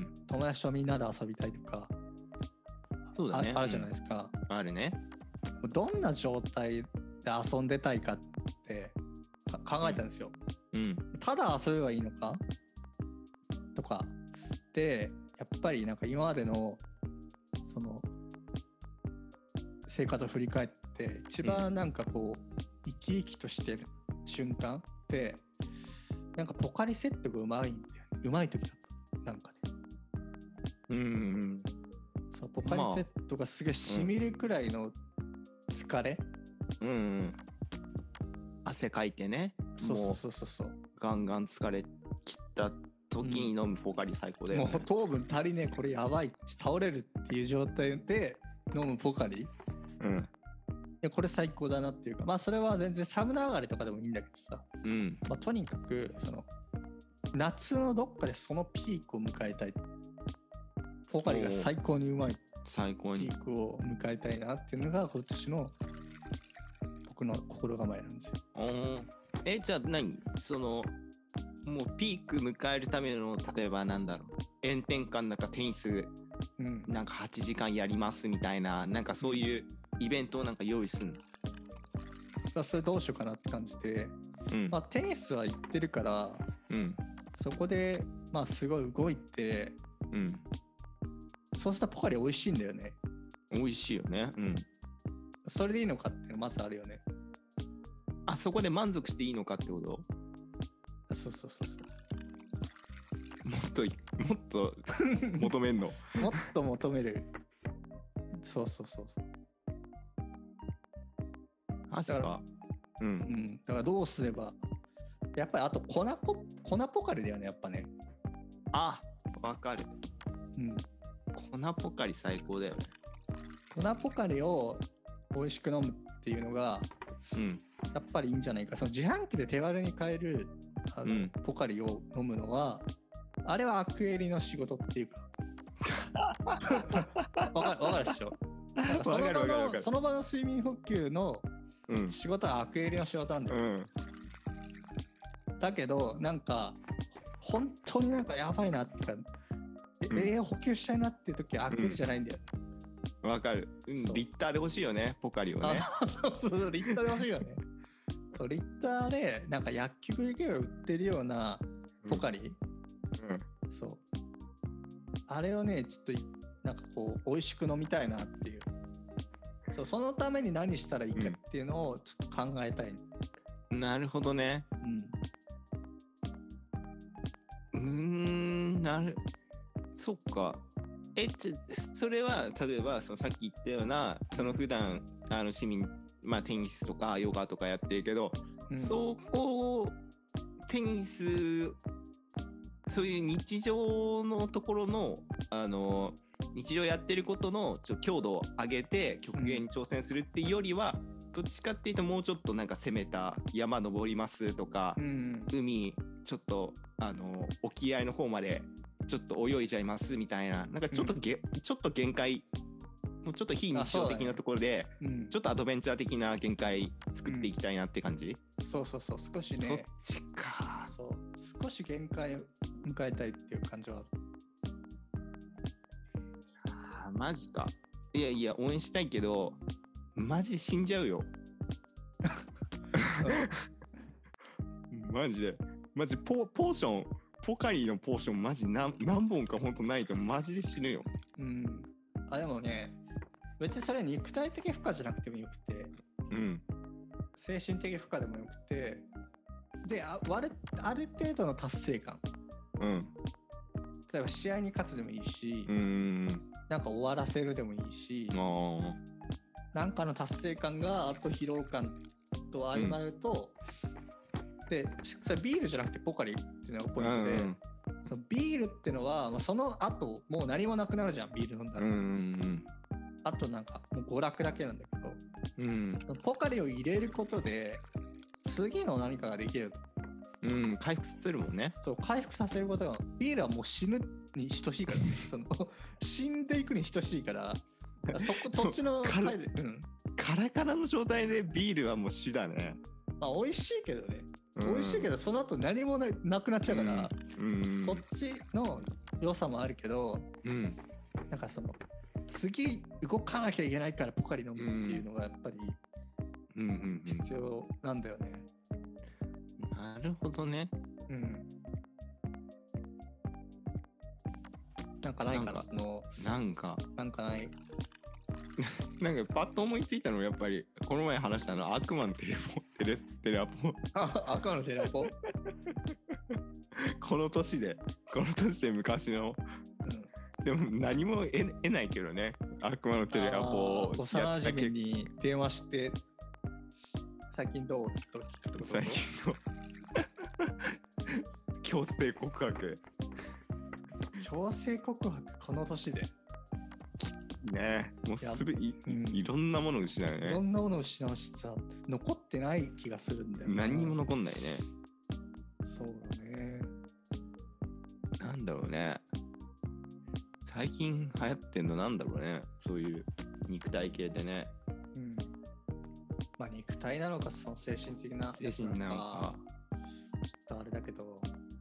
友達とみんなで遊びたいとか、 そうだね、 あ, あるじゃないですか、 うん、あるね。 どんな状態で遊んでたいかって考えたんですよ、うん、ただ遊べばいいのかとかで、やっぱりなんか今までのその生活を振り返って一番なんかこう生き生きとしてる瞬間ってなんかポカリセットがうまいんだよね。うまい時だったなんかね。うんうん。そう、ポカリセットがすげえしみるくらいの疲れ、まあ、うん、うん、 汗かいてね。 そうそうそうそうそう。 ガンガン疲れ切った時に飲むポカリ最高だよね、 うん、もう糖分足りねえ、これやばい、倒れるっていう状態で飲むポカリ、うん、でこれ最高だなっていうか、まあそれは全然サウナ上がりとかでもいいんだけどさ、うん、まあ、とにかくその夏のどっかでそのピークを迎えたい、ポカリが最高にうまい最高にピークを迎えたいなっていうのが今年の僕の心構えなんですよ。 え、じゃあ何そのもうピーク迎えるための、例えばなんだろう、炎天下の中テニス、うん、なんかはちじかんやりますみたいな、なんかそういうイベントをなんか用意するの？ まあそれどうしようかなって感じで、うん、まあテニスは行ってるから、うん、そこでまあすごい動いて、 うん。 そうしたらポカリ美味しいんだよね。 美味しいよね。うん。 それでいいのかっていうのまずあるよね。 あそこで満足していいのかってこと？ そうそうそうそう。 もっともっと求めんのもっと求める。そうそうそうそう。 マジか。うん、うん。 だからどうすれば、やっぱりあと粉ポ粉ポカリだよね、やっぱね。 あ、わかる。 うん。 粉ポカリ最高だよね。 粉ポカリを美味しく飲むっていうのが、うん、やっぱりいいんじゃないか。その自販機で手軽に買えるあの、うん、ポカリを飲むのは、あれはアクエリの仕事っていうか。わかるわかるでしょ。なんかその場のその場の睡眠補給の仕事はアクエリの仕事なんだよ。うん、だけどなんか本当になんかやばいなってか、うん、栄養補給したいなっていう時はアクエリじゃないんだよ。 わ、うん、かる、うん。リッターで欲しいよね、ポカリをね。 そうそうリッターで欲しいよね。そうリッターでなんか薬局行けば売ってるようなポカリ、うんうん、そうあれをねちょっとなんかこう美味しく飲みたいなっていう。そう、そのために何したらいいかっていうのをちょっと考えたい、 うん、なるほどね。うん。うーん、なる。そっか。え、ちそれは例えばそのさっき言ったようなその普段あの市民まあテニスとかヨガとかやってるけど、うん、そこをテニスそういう日常のところのあの日常やってることのちょ強度を上げて極限に挑戦するっていうよりは、うん、どっちかっていうともうちょっとなんか攻めた山登りますとか、うん、海ちょっとあの沖合の方までちょっと泳いじゃいますみたいななんかちょっとげ、うん、ちょっと限界もうちょっと非日常的なところで、ねうん、ちょっとアドベンチャー的な限界作っていきたいなって感じ、 うん、そうそうそう少しねそっちかそう少し限界を迎えたいっていう感じはある。 あーマジか。いやいや応援したいけどマジ死んじゃうよマジでマジ ポ, ポーションポカリのポーションマジ 何, 何本か本当ないとマジで死ぬよ。 うんあでもね別にそれは肉体的負荷じゃなくてもよくて、うん、精神的負荷でもよくてで あ, あ, るある程度の達成感、うん、例えば試合に勝つでもいいし、うん、なんか終わらせるでもいいし、なんかの達成感があと疲労感と相まると、うん、でそれビールじゃなくてポカリっていうのがポイントで、うん、そのビールっていうのは、まあ、その後もう何もなくなるじゃんビール飲んだら、うん、あとなんかもう娯楽だけなんだけど、うん、ポカリを入れることで次の何かができる。 うん、回復するもんね。 そう、回復させることが、ビールはもう死ぬに等しいから、ね、その死んでいくに等しいから、そこそっちのカラ、うん、カラカラの状態でビールはもう死だね。 まあ美味しいけどね、うん、美味しいけどその後何も な, なくなっちゃうから、うんうん、そっちの良さもあるけど、うん、なんかその次動かなきゃいけないからポカリ飲むっていうのがやっぱり必要なんだよね。 なるほどね。うん。 なんかないかなそのなんかなんかない。 なんかパッと思いついたのはやっぱりこの前話したの悪魔のテレフォテレテレアポ。 悪魔のテレアポ。 この年でこの年で昔の。うん、でも何も得得ないけどね。悪魔のテレアポを幼馴染に電話して最近どうと聞くところ。 最近どう。強制告白強制告白この年でねえもうすべ い,、うん、いろんなものを失うね。 いろんなものを失うしさ残ってない気がするんだよね。 何にも残んないね。 そうだね。 なんだろうね最近流行ってんのなんだろうねそういう肉体系でね。うんまあ肉体なのかその精神的な精神なのかちょっとあれだけど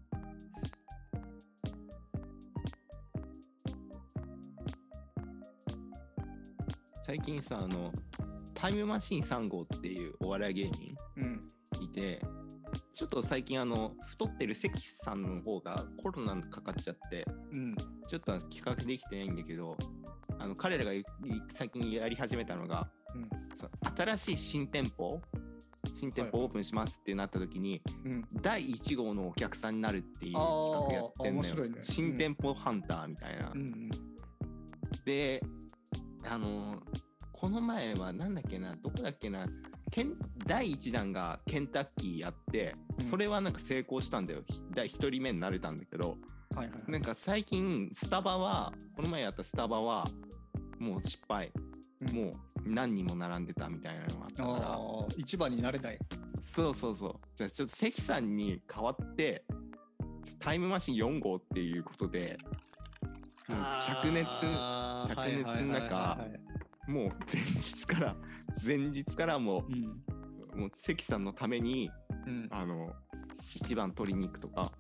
最近さあのタイムマシーンさん号っていうお笑い芸人いて、うん、ちょっと最近あの太ってる関さんの方がコロナにかかっちゃって、うん、ちょちょっと企画できてないんだけど、あの彼らが最近やり始めたのが、うん、その新しい新店舗新店舗オープンしますってなった時に、はいはい、だいいち号のお客さんになるっていう企画やってんのよ、ね、新店舗ハンターみたいな、うんうん、であのこの前はなんだっけなどこだっけなだいいち弾がケンタッキーやって、うん、それはなんか成功したんだよ。だいひとりめになれたんだけど、はいはいはい、なんか最近スタバはこの前やったスタバはもう失敗、うん、もう何人も並んでたみたいなのがあったから、 あ一番になれない。 そうそうそう。じゃあちょっと関さんに代わってタイムマシンよん号っていうことで、もう灼熱灼熱の中、もう前日から前日からもう、うん、もう関さんのために、うん、あの一番取りに行くとか、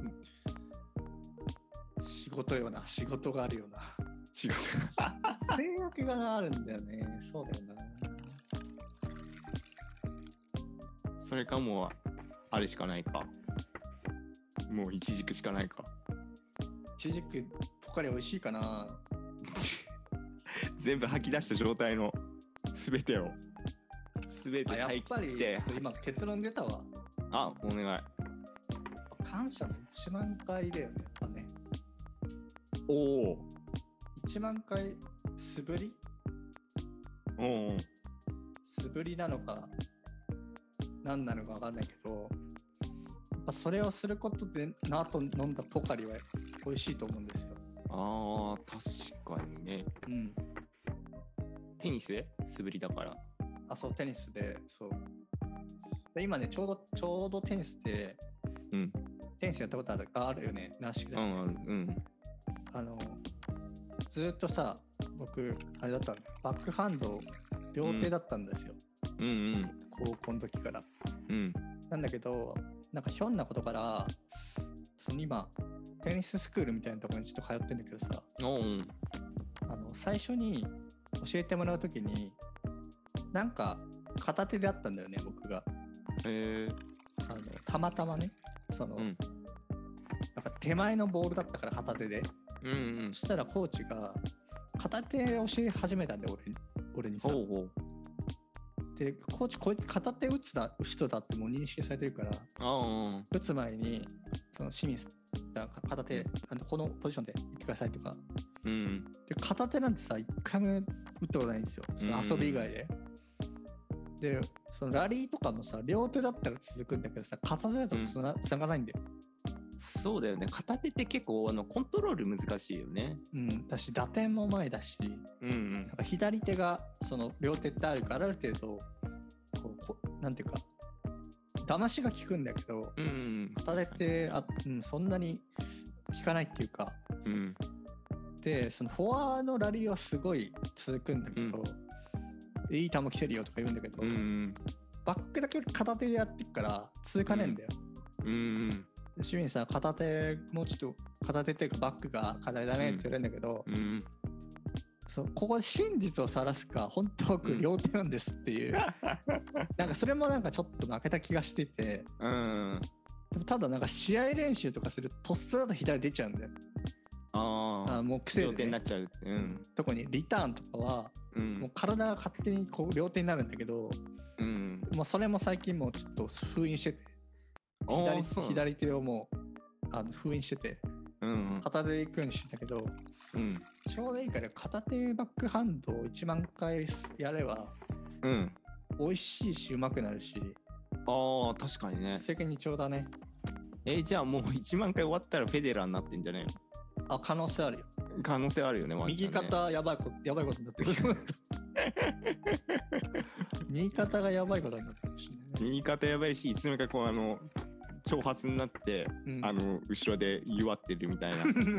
仕事よな、仕事があるよな。 仕事制約があるんだよね。そうだよな。 それかもうあれしかないか。もうイチジクしかないか。 イチジクポカリ美味しいかな。 全部吐き出した状態の全てを全て吐き切って。 やっぱり今結論出たわ。 あ、お願い。 感謝のいちまん回だよね。やっぱね。 おお。 いちまん回素振り？ おお。 素振りなのか何なのか分かんないけど、やっぱそれをすることでなと飲んだポカリは美味しいと思うんですよ。 ああ、確かにね。うん。テニスで素振りだから。 あ、そう、テニスで、そう。で今ね、ちょうど、ちょうどテニスで、うん、テニスやったことある、あるよね、軟式だし、ね。うん、うん。あの、ずっとさ、僕、あれだったの、バックハンド、両手だったんですよ。うん、うんうん。高校の時から。うん。なんだけど、なんかひょんなことから、その今、テニススクールみたいなところにちょっと通ってんだけどさ、うん、あの最初に教えてもらうときになんか片手であったんだよね、僕が。へー。あのたまたまね、その、うん、なんか手前のボールだったから片手で、うんうん、そしたらコーチが片手教え始めたんだよ、俺に、俺にさ。ほうほう。でコーチこいつ片手打つだ人だってもう認識されてるから、打つ前にその清水片手あのこのポジションで行ってくださいとか、うん、で片手なんてさ一回も打ったことないんですよ、その遊び以外で、うん、でそのラリーとかもさ両手だったら続くんだけどさ片手だとつな、うん、つながないんだよ。 そうだよね、片手って結構あのコントロール難しいよね。 うん、だし打点も前だし、うんうん、なんか左手がその両手ってあるからある程度こうこなんていうか騙しが効くんだけど、うんうん、片手ってあ、うん、そんなに効かないっていうか、うん、でそのフォアのラリーはすごい続くんだけど、うん、いい球来てるよとか言うんだけど、うんうん、バックだけ片手でやってくから続かねえんだよ。うんうんうん清水さん片手もうちょっと片手っていうかバックが課題だねって言われるんだけど、うんうん、そうここで真実を晒すか本当は僕両手なんですっていう、うん、なんかそれもなんかちょっと負けた気がしてて、うん、でもただなんか試合練習とかするととっさだと左出ちゃうんだよ。ああもう癖で、ね、 両手になっちゃう、うん、 特にリターンとかは、うん、もう体が勝手にこう両手になるんだけど、うん、もうそれも最近もうちょっと封印してて左, 左手をもうあの封印してて、うんうん、片手で行くようにしてんだけど、うん、ちょうどいいから片手バックハンドをいちまん回やれば、うん、美味しいしうまくなるし、 ああ確かにね世間にちょうだね。 えー、じゃあもういちまん回終わったらフェデラーになってんじゃないの？ あ可能性あるよ。 可能性あるよね。 右肩やばいことやばいことになってくる右肩がやばいことになってるしね。 右肩やばいし、いつの間にかこうあの長髪になって、うん、あの後ろで弱ってるみたい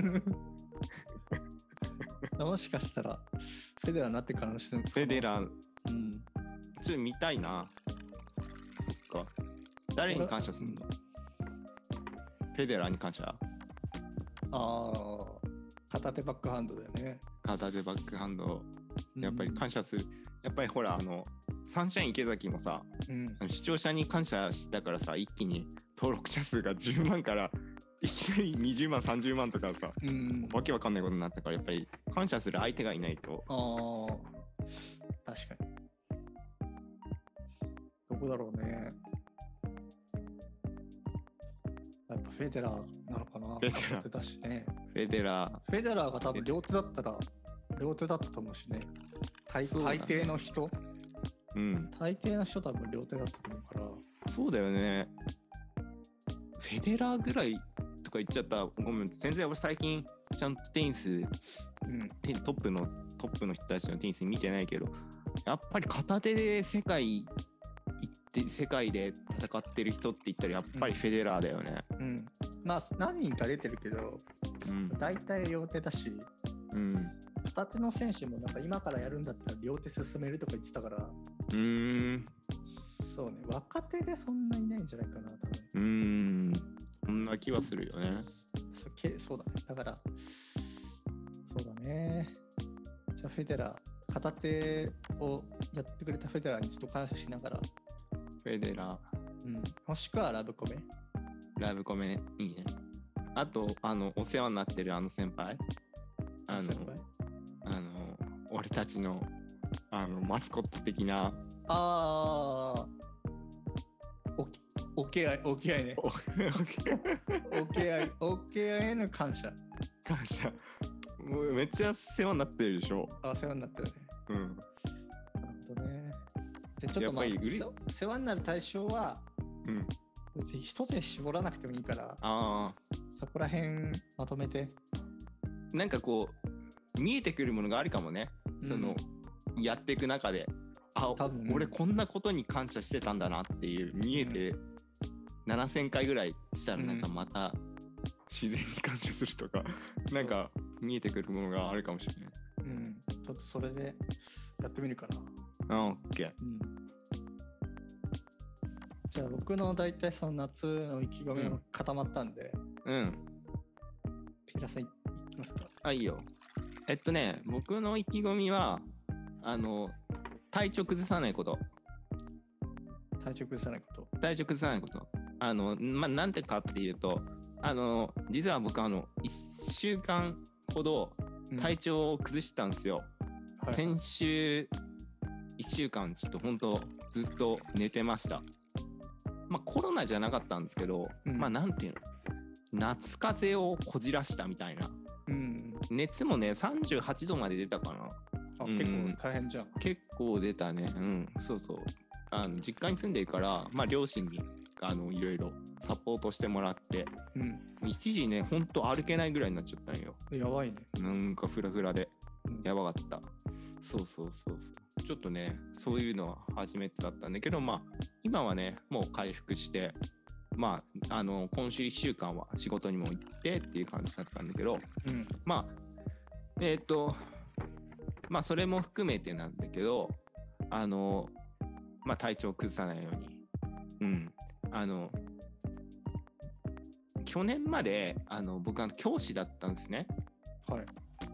なもしかしたらフェデラーになってからの人フェデラー、うん、ちょっと見たいな。そっか誰に感謝するの？フェデラーに感謝。ああ片手バックハンドだよね。 片手バックハンドやっぱり感謝する、うん、やっぱりほらあのサンシャイン池崎もさ、うん、視聴者に感謝したからさ一気に登録者数がじゅうまんからいきなりにじゅうまんさんじゅうまんとかさ、 うん、 わけわかんないことになったから、やっぱり感謝する相手がいないと。 ああ、確かに。どこだろうね。やっぱフェデラーなのかな。 フェデラーだしね。 フェデラー。 フェデラーが多分両手だったら両手だったと思うしね。大, 大抵の人、 うん、 大抵の人多分両手だったと思うから。 そうだよね。フェデラーぐらいとか言っちゃった。ごめん、全然俺最近ちゃんとテニス、うん、トップのトップの人たちのテニス見てないけど、やっぱり片手で世界行って世界で戦ってる人って言ったらやっぱりフェデラーだよね。 うん。うん、まあ何人か出てるけど、うん、大体両手だし。うん。片手の選手もなんか今からやるんだったら両手進めるとか言ってたから。 うーん。 そうね、若手でそんないないんじゃないかな、多分。 うーん。そんな気はするよね。 そ, そ, そうだね。だから、そうだね。じゃあフェデラー、片手をやってくれたフェデラーにちょっと感謝しながら。 フェデラー。 うん。もしくはラブコメ。 ラブコメね。いいね。あと、あの、お世話になってるあの先輩。あの、あの俺たちのあのマスコット的な。ああ。おけあい、おけあいね。おけあい、おけあいへの感謝。 感謝。もうめっちゃ世話になってるでしょ。 あ、世話になってるね。 うん。 なるほどね。で、ちょっとまあ、世話になる対象は、うん。別に一つに絞らなくてもいいから、あそこら辺まとめて。 なんかこう、見えてくるものがあるかもね。うん、その、やっていく中で。あ、俺こんなことに感謝してたんだなっていう見えて、うん、ななせんかいぐらいしたらなんかまた自然に感謝するとか、うん、なんか見えてくるものがあるかもしれない。 うん、ちょっとそれでやってみるかな。 あ、オッケー。うん、 じゃあ僕の大体その夏の意気込みも固まったんで、うん。ピラさんいきますか。 あ、いいよ。えっとね、僕の意気込みはあの。体調崩さないこと。 体調崩さないこと。 体調崩さないこと。あの、まあ、なんてかっていうと、あの、実は僕、あの、いっしゅうかんほど体調を崩したんですよ。うん、先週、いっしゅうかん、ちょっと本当、ずっと寝てました。まあ、コロナじゃなかったんですけど、うん、まあ、なんていうの、夏風邪をこじらしたみたいな。うん、熱もね、さんじゅうはちどまで出たかな。 あ、うん、結構大変じゃん。 結構出たね。うん、そうそう。あの実家に住んでるから、まあ両親にあのいろいろサポートしてもらって、うん、一時ね、ほんと歩けないぐらいになっちゃったんよ。 やばいね。 なんかフラフラで、うん、やばかった。そうそうそうそう。ちょっとね、そういうのは初めてだったんだけど、まあ今はね、もう回復して、まああの今週いっしゅうかんは仕事にも行ってっていう感じだったんだけど、うん、まあえっと。まあそれも含めてなんだけど、あのまあ体調を崩さないように、うん、あの去年まであの僕は教師だったんですね。はい。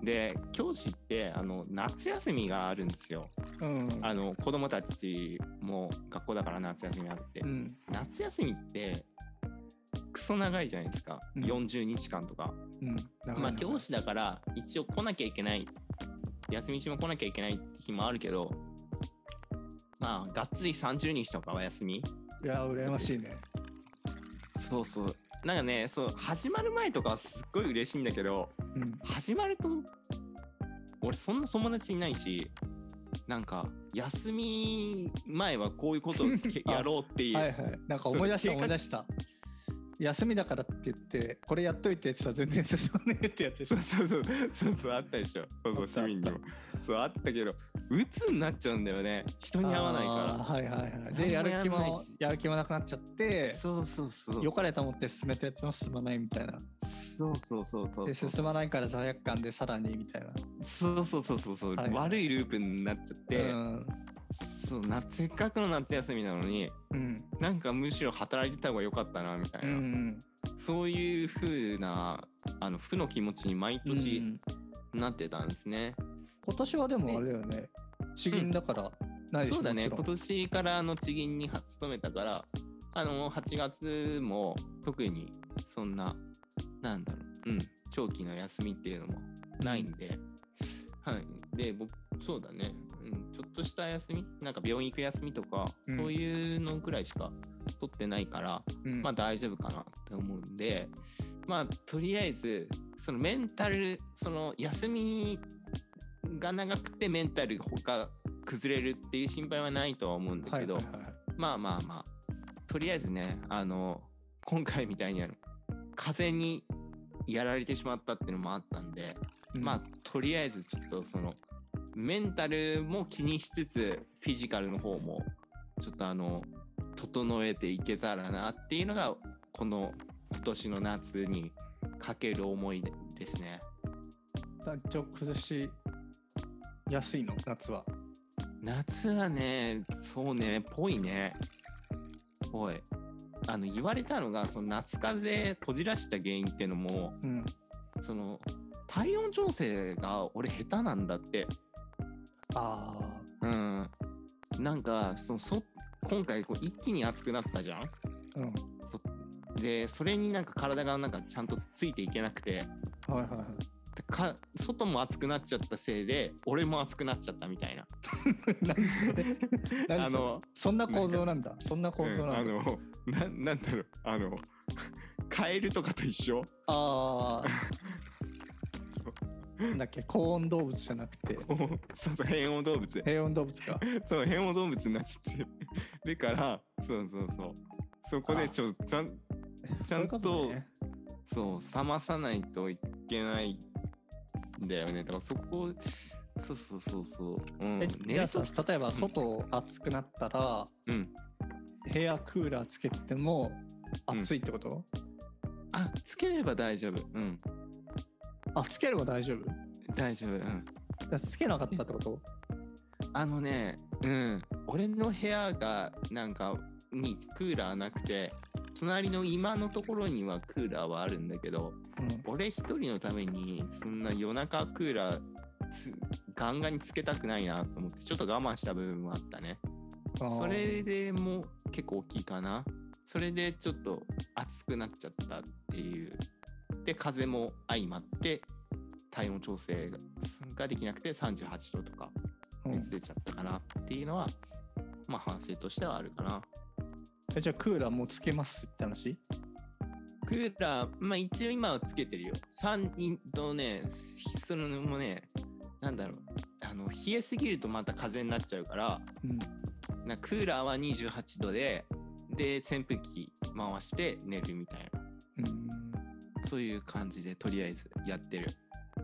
で教師ってあの夏休みがあるんですよ。うん、あの子供たちも学校だから夏休みあって、うん、夏休みってクソ長いじゃないですか、うん、よんじゅうにちかんとか、うん、まあ教師だから一応来なきゃいけない。休み中も来なきゃいけない日もあるけど、まあがっつりさんじゅうにちとかは休み。 いや羨ましいね。 そうそう。なんかね、そう始まる前とかはすっごい嬉しいんだけど、うん、始まると俺そんな友達いないし、なんか休み前はこういうことをやろうっていう。 はいはい。なんか思い出した思い出した。休みだからって言ってこれやっといてってさ全然進まねえってやつでしょ。 そうそうそうそうあったでしょ。そうそう市民にもそうあったけど鬱になっちゃうんだよね。人に会わないから。 はいはいはい。でやる気もやる気もなくなっちゃって。 そうそうそう。 良かれと思って進めたやつも進まないみたいな。 そうそうそうそう。 で進まないから罪悪感でさらにみたいな。 そうそうそうそうそう、はいはい。悪いループになっちゃって。うんそうなせっかくの夏休みなのに、うん、なんかむしろ働いてた方が良かったなみたいな、うん、そういう風なあの負の気持ちに毎年なってたんですね。 うん、今年はでもあれだよね。地銀だからないでしょ、 うん、そうだね。今年からあの地銀に勤めたから、あのはちがつも特にそんななんだろう、うん、長期の休みっていうのもないんで、はい。で、僕、そうだね、うん、ちょっとした休み、なんか病院行く休みとか、うん、そういうのぐらいしか取ってないから、うん、まあ大丈夫かなって思うんで、まあとりあえず、そのメンタル、その休みが長くてメンタルが他崩れるっていう心配はないとは思うんだけど、はいはいはい、まあまあまあ、とりあえずね、あの、今回みたいにあの風邪にやられてしまったっていうのもあったんで、うん、まあとりあえずちょっとそのメンタルも気にしつつフィジカルの方もちょっとあの整えていけたらなっていうのがこの今年の夏にかける思いですね。 体調崩しやすいの夏は？ 夏はね、そうね、ぽいね。ぽい。あの言われたのがその夏風邪こじらした原因っていうのも、うん、その体温調整が俺下手なんだって。 ああ。うん。なんかそのそ今回こう一気に暑くなったじゃん。うん。そでそれになんか体がなんかちゃんとついていけなくて。 はいはいはい。 か外も暑くなっちゃったせいで俺も暑くなっちゃったみたいな。 何それ？何そのそんな構造なんだ。そんな構造なんだ。 うん、あのななんだろう、あのカエルとかと一緒。ああ。なんだっけ、高温動物じゃなくて。 そうそう、変温動物。 変温動物か。 そう、変温動物になっちゃってるから、そうそうそう。そこでちょちゃんちゃんとそう、ね、そう冷まさないといけないんだよね。だからそこ、そうそうそうそう。うん、 えじゃあさ、例えば外暑くなったら、うん、部屋クーラーつけても暑いってこと？うん、 あ、つければ大丈夫。うん。 あ、つければ大丈夫？ 大丈夫。うん。 だつけなかったってこと？ あのね、うん。俺の部屋がなんかにクーラーなくて、隣の今のところにはクーラーはあるんだけど、うん、俺一人のためにそんな夜中クーラーガンガンにつけたくないなと思ってちょっと我慢した部分もあったね。それでも結構大きいかな。それでちょっと暑くなっちゃったっていう。で風も相まって体温調整ができなくてさんじゅうはちどとか熱出ちゃったかなっていうのは、うん、まあ反省としてはあるかな。 えじゃあクーラーもうつけますって話？ クーラー、まあ一応今はつけてるよ。さんにんとね、そのもね、なんだろう、あの冷えすぎるとまた風邪になっちゃうから、うん、なクーラーはにじゅうはちどで、で扇風機回して寝るみたいな、うん、そういう感じでとりあえずやってる。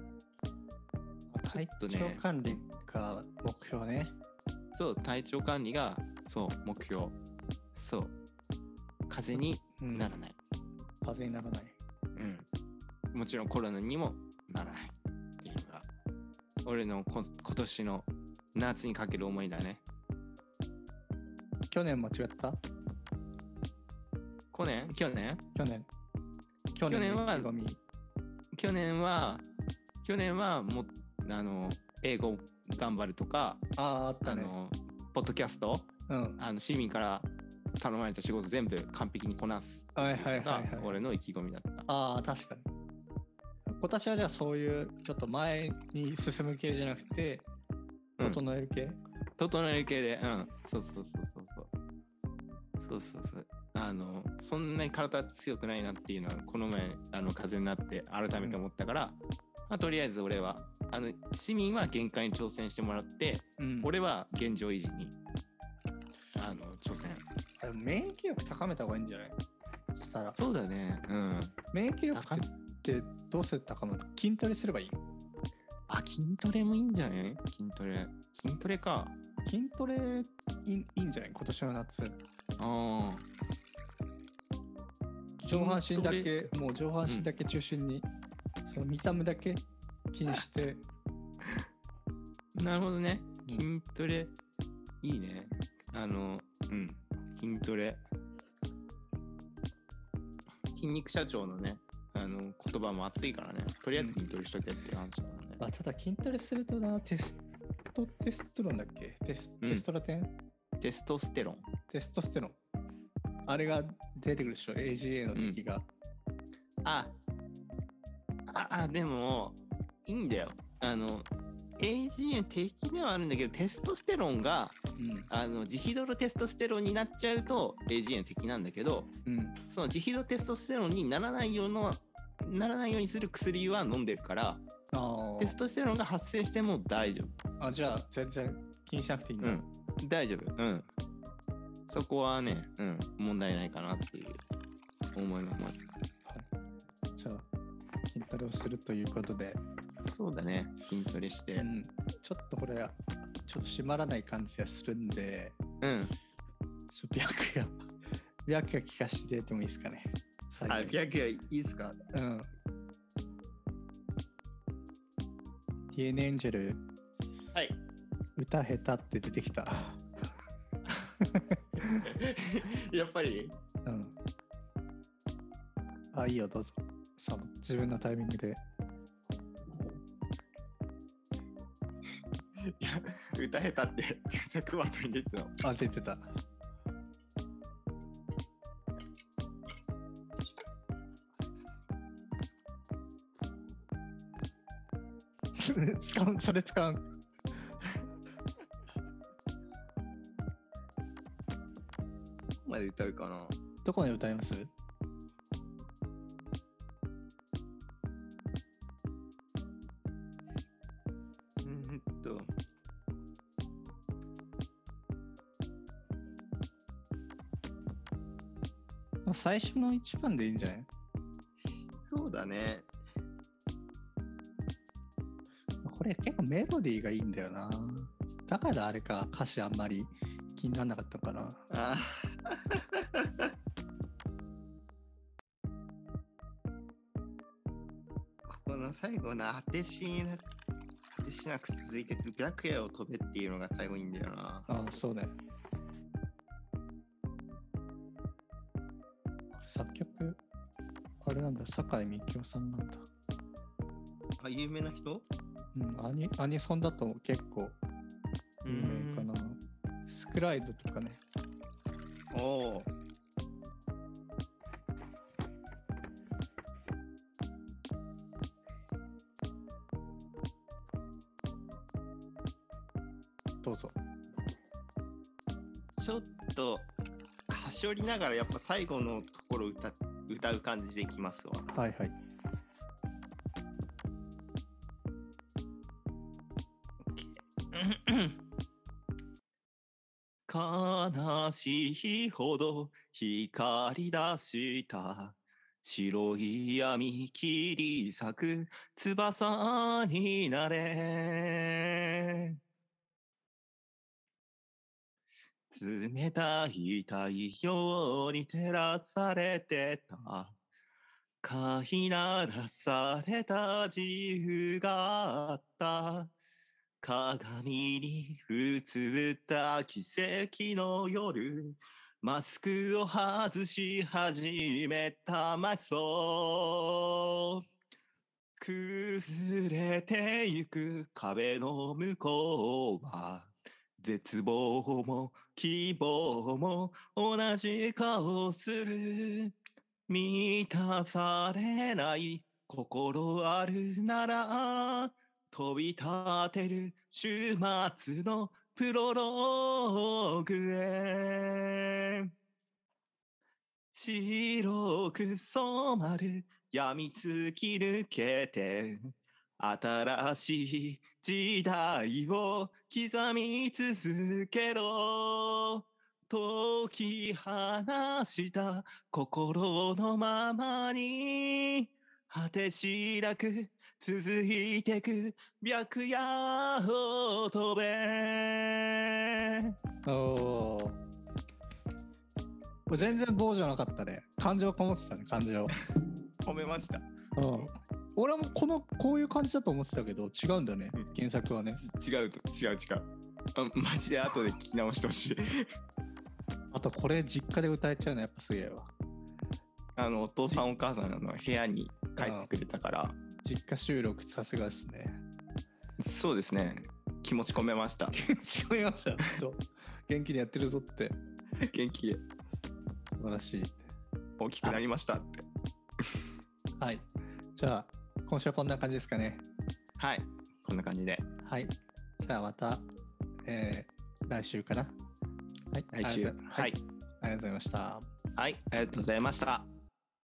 体調管理が目標ね。 そう、体調管理がそう目標。そう。風邪にならない、 うん、風邪にならない、 うん、もちろんコロナにもならないっていうのが俺のこ今年の夏にかける思いだね。 去年間違った去年去年去年去年は去年は去年はもうあの英語頑張るとか、 ああったね、 あのポッドキャスト、うん、あの市民から頼まれた仕事全部完璧にこなすのが俺の意気込みだった。 ああ確かに。今年はじゃあそういうちょっと前に進む系じゃなくて整える系、うん、 整える系で、うん、そうそうそうそうそうそうそうそう、あのそんなに体強くないなっていうのはこの前あの風邪になって改めて思ったから、うん、まあ、とりあえず俺はあの市民は限界に挑戦してもらって、うん、俺は現状維持にあの挑戦。 免疫力高めた方がいいんじゃない？そしたらそうだね、うん、 免疫力ってどうせ高める？筋トレすればいい？ あ、筋トレもいいんじゃない？筋トレ筋トレか。 筋トレい い, いいんじゃない？今年の夏。ああ、上半身だけもう上半身だけ中心に、うん、その見た目だけ気にしてなるほどね。筋トレいいね。あのうん筋トレ、筋肉社長のねあの言葉も熱いからね、とりあえず筋トレしとけっていう話だもんね、 まあ、ただ筋トレするとな、テストテストロンだっけ、テス、うん、テストラテンテストステロンテストステロンあれが出てくるでしょ、エージーエー の敵が、うん、 ああ、でも、いいんだよ。あの、エージーエヌ 的ではあるんだけど、テストステロンが、うん、あのジヒドロテストステロンになっちゃうと エージーエヌ 的なんだけど、うん、そのジヒドロテストステロンにならないようなならないようにする薬は飲んでるから、テストステロンが発生しても大丈夫。あ、じゃあ全然気にしなくていいんだ。 うん、大丈夫。うん。そこはね、うん、問題ないかなっていう思います。はい。 じゃあ筋トレをするということで。 そうだね、筋トレして、うん、 ちょっとこれちょっと締まらない感じがするんで、 うん、 ちょ白夜白夜聞かせていただいてもいいですかね。 あ、白夜いいですか。 うん。ディーエヌ エンジェル、 はい、 歌下手って出てきた。 やっぱり。 うん。あ、いいよ、どうぞ。さあ、自分のタイミングで。 いや、歌下手って検索ワードに出てたの。 あ、出てた。使う、それ使う。どこまで歌うかな。 どこまで歌います？最初の一番でいいんじゃない？ そうだね。 これ結構メロディーがいいんだよな。だからあれか、歌詞あんまり気にならなかったかな。 あここの最後の果てしな果てしなく続いてく白夜を飛べっていうのが最後いいんだよな。 ああ、そうね。作曲あれなんだ、坂井美紀夫さんなんだ。 あ、有名な人？ うん、アニ、アニソンだと結構有名かな。スクライドとかね。 おお。 どうぞ。 ちょっとはしょりながらやっぱ最後のところ歌歌う感じでいきますわ。 はいはい。 悲しいほど光り出した白い闇切り裂く翼になれ。冷たい太陽に照らされてた飼いならされた自由があった。鏡に映った奇跡の夜、マスクを外し始めたマイソー。崩れてゆく壁の向こうは絶望も希望も同じ顔する。満たされない心あるなら飛び立てる週末のプロローグへ。白く染まる病み突き抜けて新しい時代を刻み続けろ。解き放した心のままに果てしなく続いてく白夜を飛べ。 おー、これ全然棒じゃなかったね。感情こもってたね、感情。 褒めました。 うん。俺もこのこういう感じだと思ってたけど違うんだね、うん、原作はね。 違うと違う違う。あ、マジで後で聞き直してほしい。 あとこれ実家で歌えちゃうのやっぱすげえわ。 あのお父さんお母さんの部屋に帰ってくれたから。 実家収録さすがですね。 そうですね。気持ち込めました。 気持ち込めました。そう。元気でやってるぞって。 元気で。 素晴らしい。 大きくなりましたって。 はい。じゃあ今週はこんな感じですかね。 はい、こんな感じで。 はい。じゃあまた、えー、来週かな。はい。 来週。はい。 ありがとうございました。 はい、ありがとうございました。